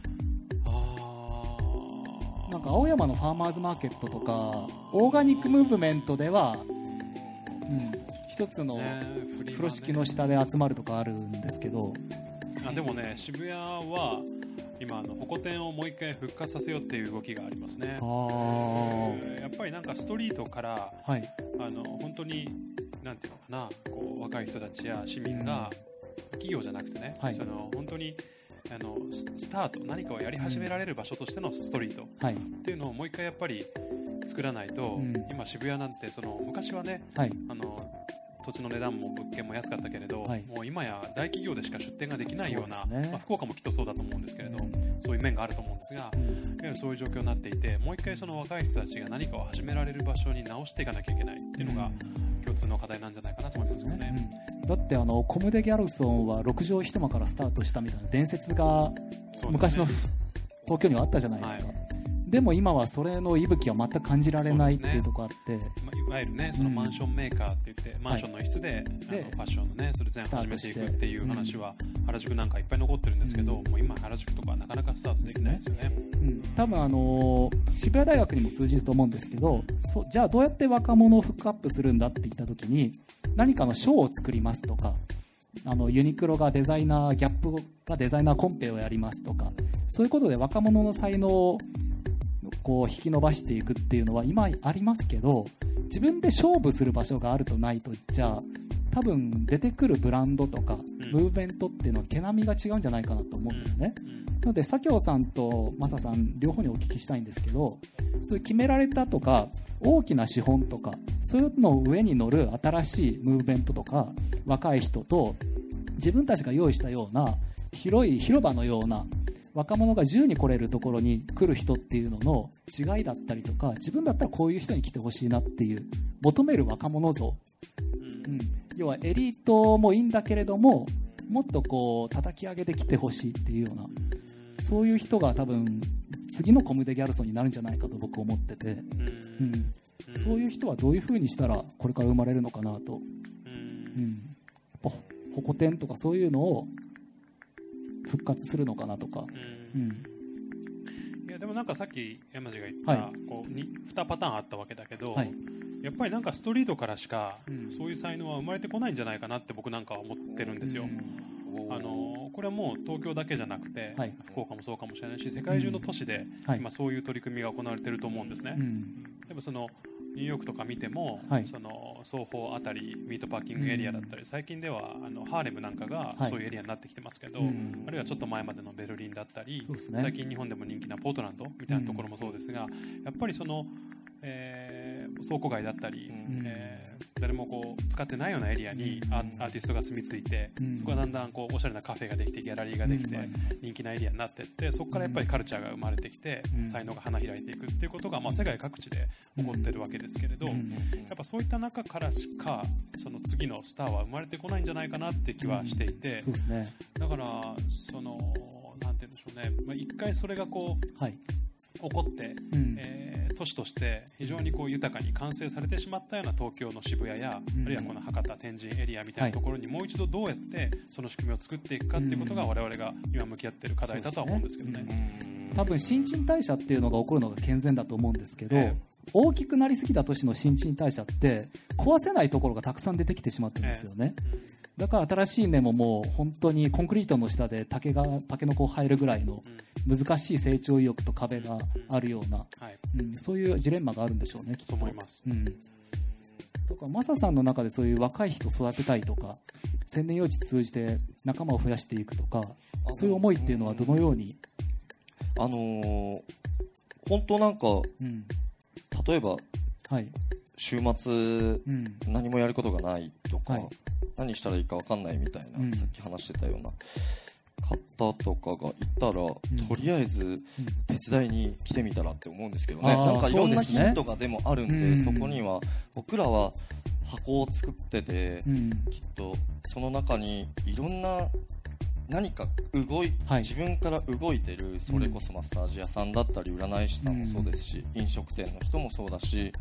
なんか青山のファーマーズマーケットとかオーガニックムーブメントでは、一つの風呂敷の下で集まるとかあるんですけど、 でもね、渋谷は今ホコ天をもう一回復活させようっていう動きがありますね。やっぱりなんかストリートから、本当になんていうのかな、こう若い人たちや市民が、企業じゃなくてね、本当にスタート、何かをやり始められる場所としてのストリート、っていうのをもう一回やっぱり作らないと、今渋谷なんて昔はね、土地の値段も物件も安かったけれど、もう今や大企業でしか出店ができないような、福岡もきっとそうだと思うんですけれど、そういう面があると思うんですが、いわゆるそういう状況になっていて、もう一回その若い人たちが何かを始められる場所に直していかなきゃいけないっていうのが、共通の課題なんじゃないかなと思いますよね。 だってコムデ・ギャルソンは6畳一間からスタートしたみたいな伝説が昔の東京にはあったじゃないですか。でも今はそれの息吹は全く感じられないっていうところがあって、 いわゆるね、そのマンションメーカーって言って、マンションの一室でファッションのね、それ全部始めていくっていう話は原宿なんかいっぱい残ってるんですけど、もう今原宿とかなかなかスタートできないですよね。 多分渋谷大学にも通じると思うんですけど、じゃあどうやって若者をフックアップするんだって言った時に、何かのショーを作りますとか、ユニクロがデザイナー、ギャップがデザイナーコンペをやりますとか、そういうことで若者の才能をこう引き伸ばしていくっていうのは今ありますけど、自分で勝負する場所があるとないとじゃあ多分出てくるブランドとかムーブメントっていうのは毛並みが違うんじゃないかなと思うんですね。なので佐京さんとマサさん両方にお聞きしたいんですけど、そういう決められたとか大きな資本とかそういうの上に乗る新しいムーブメントとか若い人と、自分たちが用意したような広い広場のような若者が自由に来れるところに来る人っていうのの違いだったりとか、自分だったらこういう人に来てほしいなっていう求める若者像、要はエリートもいいんだけれどももっとこう叩き上げてきてほしいっていうような、そういう人が多分次のコムデ・ギャルソンになるんじゃないかと僕は思ってて、そういう人はどういう風にしたらこれから生まれるのかなと、やっぱホコ天とかそういうのを復活するのかなとか、 いやでもなんかさっき山地が言った、こう2パターンあったわけだけど、やっぱりなんかストリートからしかそういう才能は生まれてこないんじゃないかなって僕なんかは思ってるんですよ。これはもう東京だけじゃなくて、福岡もそうかもしれないし世界中の都市で今そういう取り組みが行われていると思うんですね。でもそのニューヨークとか見ても、その双方あたりミートパーキングエリアだったり、最近ではハーレムなんかがそういうエリアになってきてますけど、あるいはちょっと前までのベルリンだったり、最近日本でも人気なポートランドみたいなところもそうですが、やっぱりその、倉庫街だったり、誰もこう使ってないようなエリアにアーティストが住み着いて、そこはだんだんこうおしゃれなカフェができてギャラリーができて、人気なエリアになっていって、そこからやっぱりカルチャーが生まれてきて、才能が花開いていくっていうことが、世界各地で起こってるわけですけれど、やっぱそういった中からしかその次のスターは生まれてこないんじゃないかなって気はしていて、だからそのなんて言うんでしょうね、一回それがこう、起こって、都市として非常にこう豊かに完成されてしまったような東京の渋谷や、あるいはこの博多天神エリアみたいなところにもう一度どうやってその仕組みを作っていくかっていうことが我々が今向き合っている課題だとは思うんですけどね。 多分新陳代謝っていうのが起こるのが健全だと思うんですけど、大きくなりすぎた都市の新陳代謝って壊せないところがたくさん出てきてしまってるんですよね。だから新しい根ももう本当にコンクリートの下でタケノコを生えるぐらいの難しい成長意欲と壁があるような、そういうジレンマがあるんでしょうね、きっと。 そう思います。 だからマサさんの中でそういう若い人育てたいとか、千年幼稚通じて仲間を増やしていくとか、そういう思いっていうのはどのように？ 本当なんか、例えば、週末、何もやることがないとか、何したらいいか分かんないみたいな、さっき話してたような方とかがいたら、とりあえず手伝いに来てみたらって思うんですけどね。なんかいろんなヒントがでもあるんで、そこには僕らは箱を作ってて、きっとその中にいろんな何か自分から動いてる、それこそマッサージ屋さんだったり占い師さんもそうですし、飲食店の人もそうだし、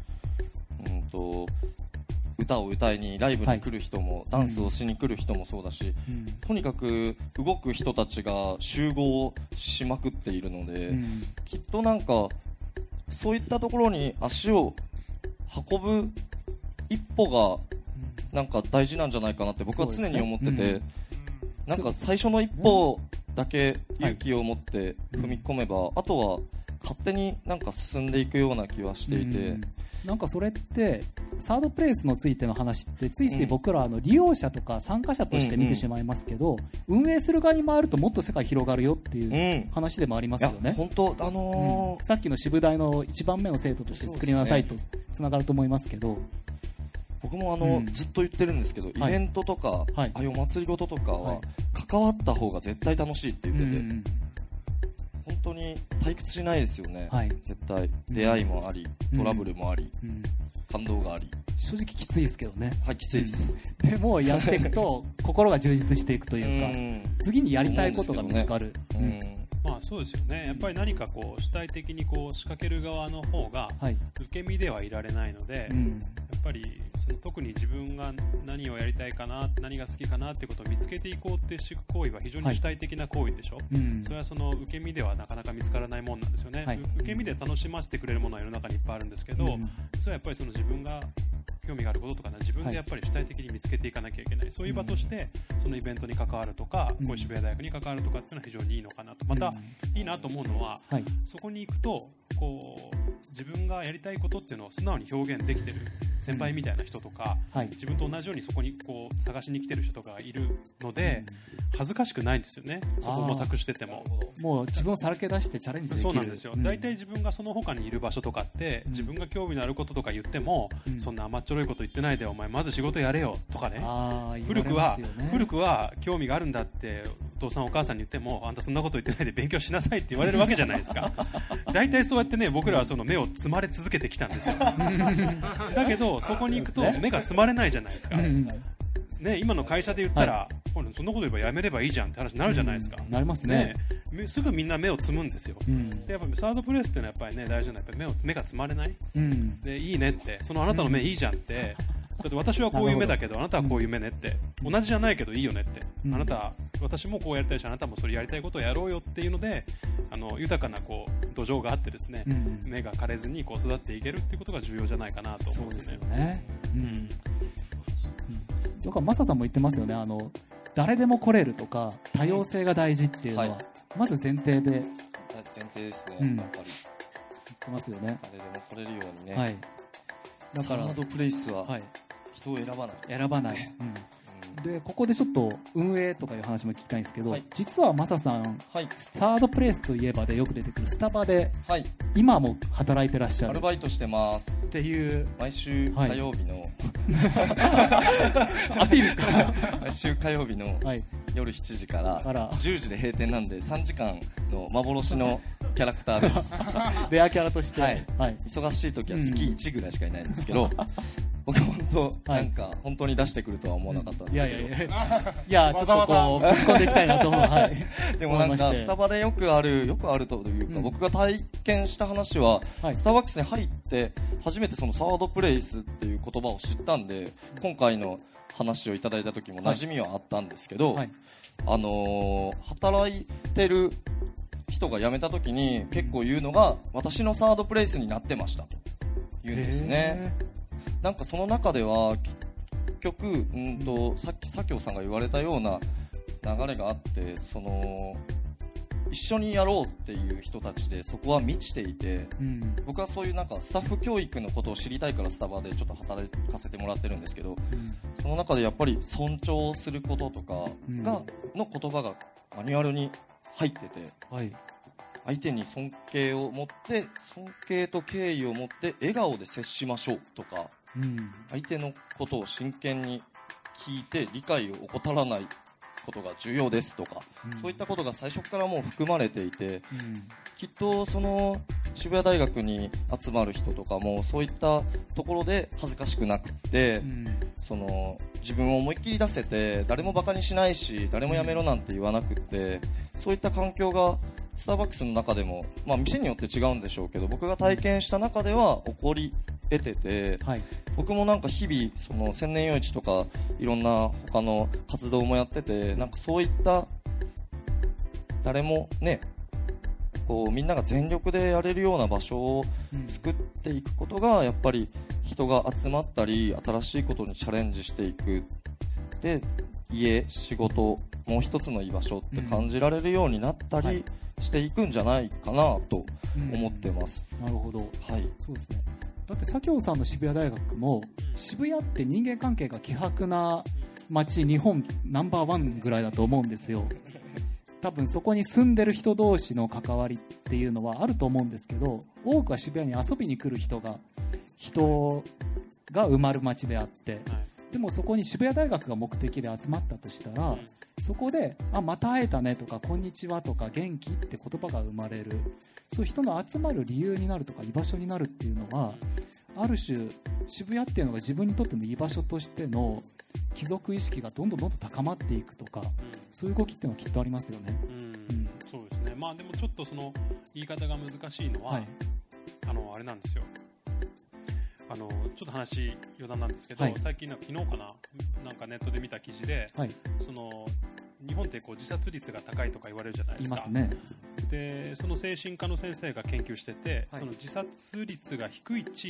歌を歌いにライブに来る人も、ダンスをしに来る人もそうだし、とにかく動く人たちが集合しまくっているので、きっとなんかそういったところに足を運ぶ一歩がなんか大事なんじゃないかなって僕は常に思ってて、なんか最初の一歩だけ勇気を持って踏み込めば、あとは勝手になんか進んでいくような気はしていて、 なんかそれってサードプレイスのついての話ってついつい僕ら利用者とか参加者として見てしまいますけど、運営する側に回るともっと世界広がるよっていう話でもありますよね。 本当、 さっきの渋大の1番目の生徒として作りなさいとつながると思いますけど、 僕もずっと言ってるんですけど、イベントとか、ああいうお祭りごととかは関わった方が絶対楽しいって言ってて、本当に退屈しないですよね、絶対。出会いもあり、トラブルもあり、感動があり。 正直きついですけどね。 きついです。 でもやっていくと心が充実していくというか、次にやりたいことが見つかる。 そうですよね。やっぱり何かこう主体的にこう仕掛ける側の方が受け身ではいられないので、やっぱりその特に自分が何をやりたいかな、何が好きかなっていうことを見つけていこうっていう行為は非常に主体的な行為でしょ。それはその受け身ではなかなか見つからないもんなんですよね。受け身で楽しませてくれるものは世の中にいっぱいあるんですけど、それはやっぱりその自分が興味があることとか、自分でやっぱり主体的に見つけていかなきゃいけない、そういう場としてそのイベントに関わるとか、こういう渋谷大学に関わるとかっていうのは非常にいいのかなと。またいいなと思うのは、そこに行くとこう自分がやりたいことっていうのを素直に表現できてる先輩みたいな人とか、自分と同じようにそこにこう探しに来てる人とかがいるので、恥ずかしくないんですよね。そこを模索しててももう自分をさらけ出してチャレンジできる。 そうなんですよ。大体自分がその他にいる場所とかって、自分が興味のあることとか言っても、そんな甘っちょろいこと言ってないでお前まず仕事やれよとかね。古くは興味があるんだってお父さんお母さんに言っても、あんたそんなこと言ってないで勉強しなさいって言われるわけじゃないですか。大体そうやってね、僕らはその目をつまれ続けてきたんですよ。だけどそこに行くと目がつまれないじゃないですか。ね、今の会社で言ったら、そんなこと言えばやめればいいじゃんって話になるじゃないですか。 なりますね。 すぐみんな目をつむんですよ。でやっぱりサードプレイスっていうのはやっぱりね大事なのは目がつまれない。でいいねって、そのあなたの目いいじゃんって。だって私はこういう目だけどあなたはこういう目ねって、同じじゃないけどいいよねって、あなた私もこうやりたいしあなたもそれやりたいことをやろうよっていうので、豊かなこう土壌があってですね、目が枯れずにこう育っていけるっていうことが重要じゃないかなと思うんですね。 そうですよね。だからマサさんも言ってますよね。誰でも来れるとか多様性が大事っていうのは、まず前提で。 前提ですね。やっぱり言ってますよね。 誰でも来れるようにね。 だからサードプレイスは人を選ばない。 でここでちょっと運営とかいう話も聞きたいんですけど、実はマサさん、サードプレイスといえばでよく出てくるスタバで、今も働いてらっしゃる。 アルバイトしてますっていう。 毎週火曜日の、 アピールですか。 毎週火曜日の夜7時から10時で閉店なんで3時間の幻のキャラクターです。 レアキャラとして、 忙しい時は月1ぐらいしかいないんですけど、僕本当に出してくるとは思わなかったんですけど、 いやちょっとこうぶち込んでいきたいなと思う。 でもなんかスタバでよくあるというか、僕が体験した話は、スターバックスに入って初めてそのサードプレイスっていう言葉を知ったんで、今回の話をいただいた時も馴染みはあったんですけど、働いてる人が辞めた時に結構言うのが、私のサードプレイスになってましたと言うんですね。なんかその中では結局、さっき佐京さんが言われたような流れがあって、その一緒にやろうっていう人たちでそこは満ちていて、僕はそういうなんかスタッフ教育のことを知りたいからスタバでちょっと働かせてもらってるんですけど、その中でやっぱり尊重することとかの言葉がマニュアルに入ってて、相手に尊敬と敬意を持って笑顔で接しましょうとか、相手のことを真剣に聞いて理解を怠らないことが重要ですとか、そういったことが最初からもう含まれていて、きっとその渋谷大学に集まる人とかもそういったところで恥ずかしくなくって、その自分を思いっきり出せて、誰もバカにしないし誰もやめろなんて言わなくって、そういった環境がスターバックスの中でも、店によって違うんでしょうけど、僕が体験した中では起こり得てて、僕もなんか日々その千年夜市とかいろんな他の活動もやってて、なんかそういった誰もねこうみんなが全力でやれるような場所を作っていくことが、やっぱり人が集まったり新しいことにチャレンジしていく、で家仕事もう一つの居場所って感じられるようになったりしていくんじゃないかなと思ってます。 なるほど、そうですね。だって佐京さんの渋谷大学も、渋谷って人間関係が希薄な街、日本ナンバーワンぐらいだと思うんですよ。多分そこに住んでる人同士の関わりっていうのはあると思うんですけど、多くは渋谷に遊びに来る人が埋まる街であって、でもそこに渋谷大学が目的で集まったとしたら、そこでまた会えたねとかこんにちはとか元気って言葉が生まれる、そういう人の集まる理由になるとか居場所になるっていうのは、ある種渋谷っていうのが自分にとっての居場所としての帰属意識がどんどん高まっていくとか、そういう動きっていうのはきっとありますよね。 そうですね。でもちょっとその言い方が難しいのは、あれなんですよ。ちょっと話余談なんですけど、最近昨日かな、なんかネットで見た記事で、その日本ってこう自殺率が高いとか言われるじゃないですか。 いますね。 でその精神科の先生が研究してて、その自殺率が低い地域、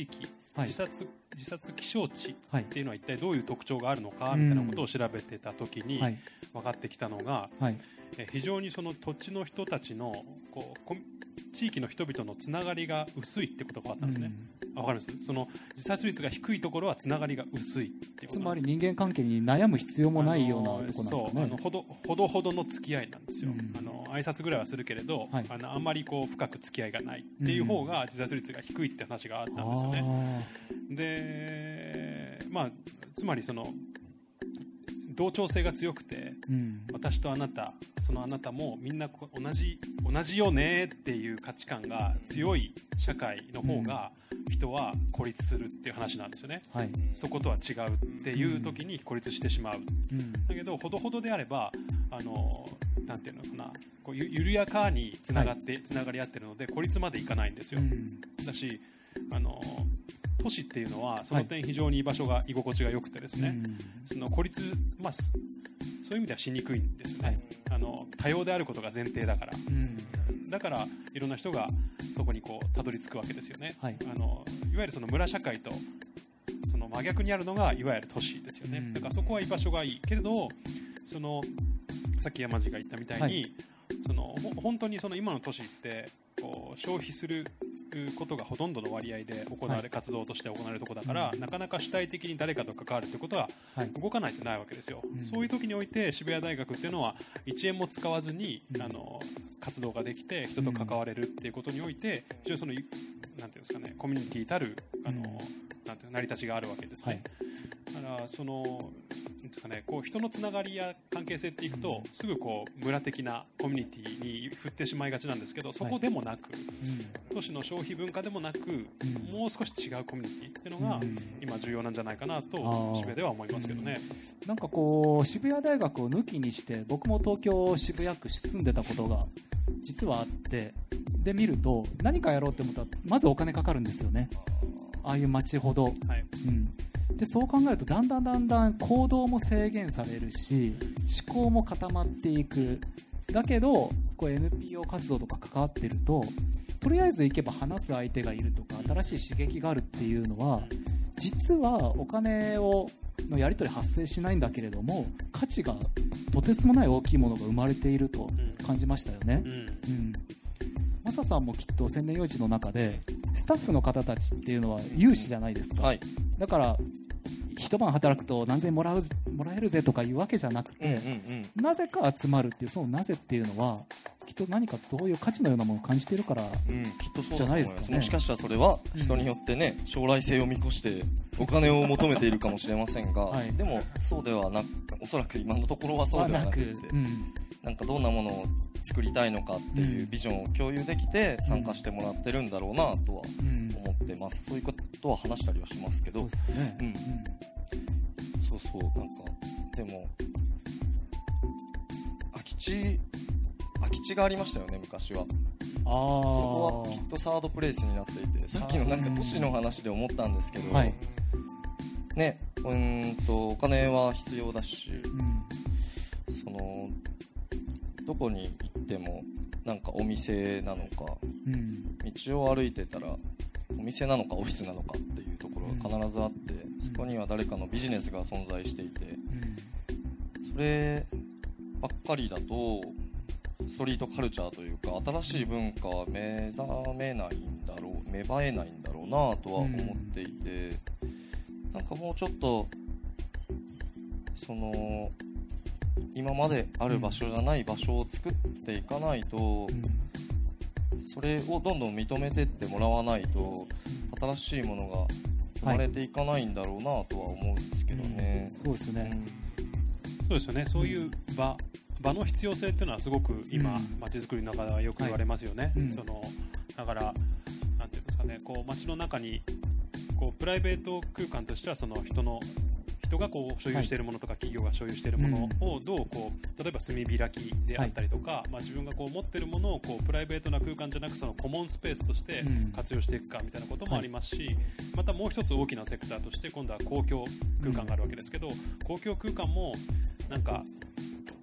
自殺気象地っていうのは一体どういう特徴があるのかみたいなことを調べてた時に分かってきたのが、非常にその土地の人たちのこう地域の人々のつながりが薄いってことが分かったんですね。分かるんです。その自殺率が低いところはつながりが薄いってことなんです。 つまり人間関係に悩む必要もないようなところなんですかね。 ほどほどの付き合いなんですよ。挨拶ぐらいはするけれど、あんまりこう深く付き合いがないっていう方が自殺率が低いって話があったんですよね。で、つまりその同調性が強くて、私とあなた、そのあなたもみんな同じよねっていう価値観が強い社会の方が人は孤立するっていう話なんですよね。そことは違うっていう時に孤立してしまう。だけどほどほどであればなんていうのかな、こう緩やかにつながり合ってるので孤立までいかないんですよ。だし都市っていうのはその点非常に居心地が良くてですね、その孤立、そういう意味ではしにくいんですよね。多様であることが前提だから、だからいろんな人がそこにこうたどり着くわけですよね。いわゆるその村社会とその真逆にあるのがいわゆる都市ですよね。だからそこは居場所がいいけれど、そのさっき山地が言ったみたいに、その本当にその今の都市ってこう消費することがほとんどの割合で活動として行われるところだから、なかなか主体的に誰かと関わるということは動かないとないわけですよ。そういう時において渋谷大学っていうのは1円も使わずに活動ができて人と関われるっていうことにおいて、非常にそのなんていうんですかね、コミュニティたるなんていう成り立ちがあるわけですね。だからそのなんですかね、こう人のつながりや関係性っていくと、すぐこう村的なコミュニティに振ってしまいがちなんですけど、そこでもなく、都市の消費文化でもなく、もう少し違うコミュニティっていうのが今重要なんじゃないかなと渋谷では思いますけどね。 なんかこう渋谷大学を抜きにして僕も東京渋谷区住んでたことが実はあって、で見ると何かやろうって思ったらまずお金かかるんですよね。ああいう街ほど、でそう考えるとだんだん行動も制限されるし思考も固まっていく。だけどこう NPO 活動とか関わってると、とりあえず行けば話す相手がいるとか新しい刺激があるっていうのは、実はお金のやり取り発生しないんだけれども価値がとてつもない大きいものが生まれていると感じましたよね。マサさんもきっと千年夜市の中でスタッフの方たちっていうのは有志じゃないですか。だから一晩働くと何千円もらえるぜとかいうわけじゃなくて、なぜか集まるっていう、そのなぜっていうのはきっと何かそういう価値のようなものを感じているからじゃないですかね。 もしかしたらそれは人によってね、将来性を見越してお金を求めているかもしれませんが、でもそうではなく、おそらく今のところはそうではなくて、なんかどんなものを作りたいのかっていうビジョンを共有できて参加してもらってるんだろうなとは思ってます。そういうことは話したりはしますけど、そうなんかでも空き地がありましたよね、昔は。そこはきっとサードプレイスになっていて、さっきのなんか都市の話で思ったんですけど、ね、お金は必要だし、そのどこに行ってもなんかお店なのか、道を歩いてたらお店なのかオフィスなのかっていうところが必ずあって、そこには誰かのビジネスが存在していて、そればっかりだとストリートカルチャーというか新しい文化は芽生えないんだろうなとは思っていて、なんかもうちょっとその今まである場所じゃない場所を作っていかないと、それをどんどん認めてってもらわないと新しいものが生まれていかないんだろうなとは思うんですけどね。 そうですね、 そうですよね。そういう場の必要性っていうのはすごく今街づくりの中ではよく言われますよね。そのだからなんていうんですかね、こう街の中にこうプライベート空間としてはその人がこう所有しているものとか企業が所有しているものをどうこう例えば炭開きであったりとか、自分がこう持っているものをこうプライベートな空間じゃなくそのコモンスペースとして活用していくかみたいなこともありますし、またもう一つ大きなセクターとして今度は公共空間があるわけですけど、公共空間もなんか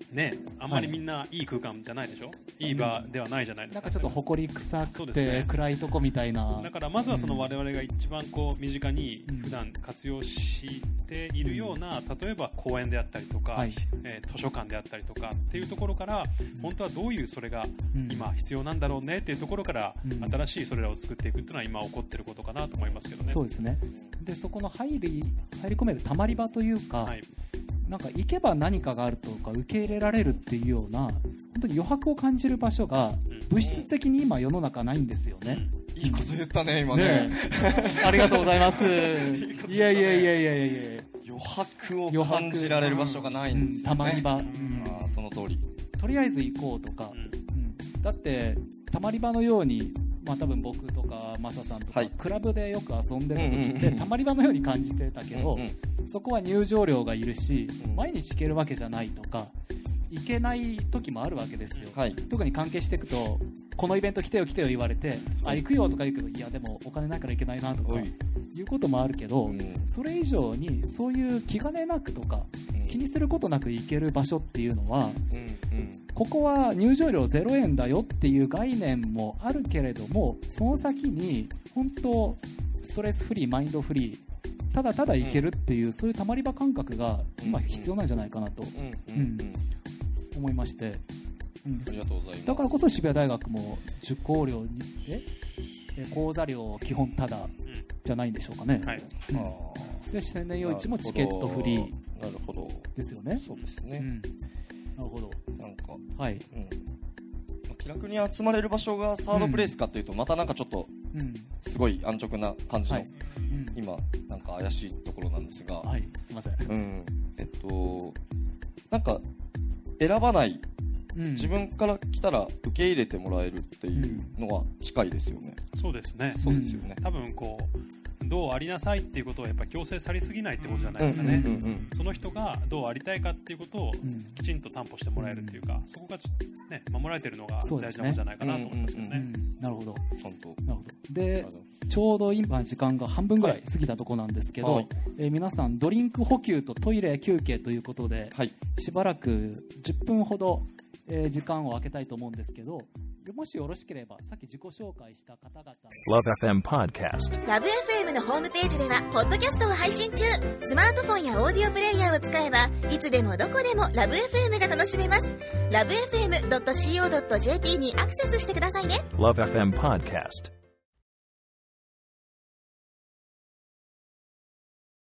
ね、あんまりみんないい空間じゃないでしょ、いい場ではないじゃないですか、 なんかちょっと埃臭くて暗いとこみたいな。 だからまずはその我々が一番こう身近に普段活用しているような、例えば公園であったりとか、図書館であったりとかっていうところから、本当はどういうそれが今必要なんだろうねっていうところから、新しいそれらを作っていくっていうのは今起こってることかなと思いますけどね。 そうですね。でそこの入り込めるたまり場というか、なんか行けば何かがあるとか受け入れられるっていうような本当に余白を感じる場所が物質的に今世の中ないんですよね。 いいこと言ったね今ね。 ありがとうございます。いや余白を感じられる場所がないんですよね。 たまり場、 その通り。 とりあえず行こうとか、だってたまり場のように、多分僕とかマサさんとか、クラブでよく遊んでた時ってたまり場のように感じてたけど、そこは入場料がいるし、毎日行けるわけじゃないとか、行けない時もあるわけですよ、特に関係していくと、このイベント来てよ言われて、行くよとか言うけど、いやでもお金ないから行けないなとかいうこともあるけど、それ以上にそういう気兼ねなくとか、気にすることなく行ける場所っていうのは、ここは入場料0円だよっていう概念もあるけれども、その先に本当ストレスフリー、マインドフリー、ただただ行けるっていう、そういうたまり場感覚が今必要なんじゃないかなと思いまして、 ありがとうございます。 だからこそ渋谷大学も受講料に講座料基本ただじゃないんでしょうかね。で千年夜市もチケットフリーですよね。 そうですね、 なるほど。 なんか気楽に集まれる場所がサードプレイスかっていうと、またなんかちょっとすごい安直な感じの、今なんか怪しいところなんですが、 すいません。 なんか選ばない、自分から来たら受け入れてもらえるっていうのが近いですよね。 そうですね。 そうですよね。 多分こうどうありなさいっていうことをやっぱ強制されすぎないってことじゃないですかね。その人がどうありたいかっていうことをきちんと担保してもらえるっていうか、そこがね守られてるのが大事なことじゃないかなと思いますけどね。 なるほど。 本当。 なるほど。でちょうど今時間が半分ぐらい過ぎたところなんですけど、皆さんドリンク補給とトイレ休憩ということで、しばらく10分ほど時間を空けたいと思うんですけど、もしよろしければさっき自己紹介した方々 LoveFM Podcast LoveFM のホームページではポッドキャストを配信中。スマートフォンやオーディオプレイヤーを使えばいつでもどこでも LoveFM が楽しめます。 LoveFM.co.jp にアクセスしてくださいね。 LoveFM Podcast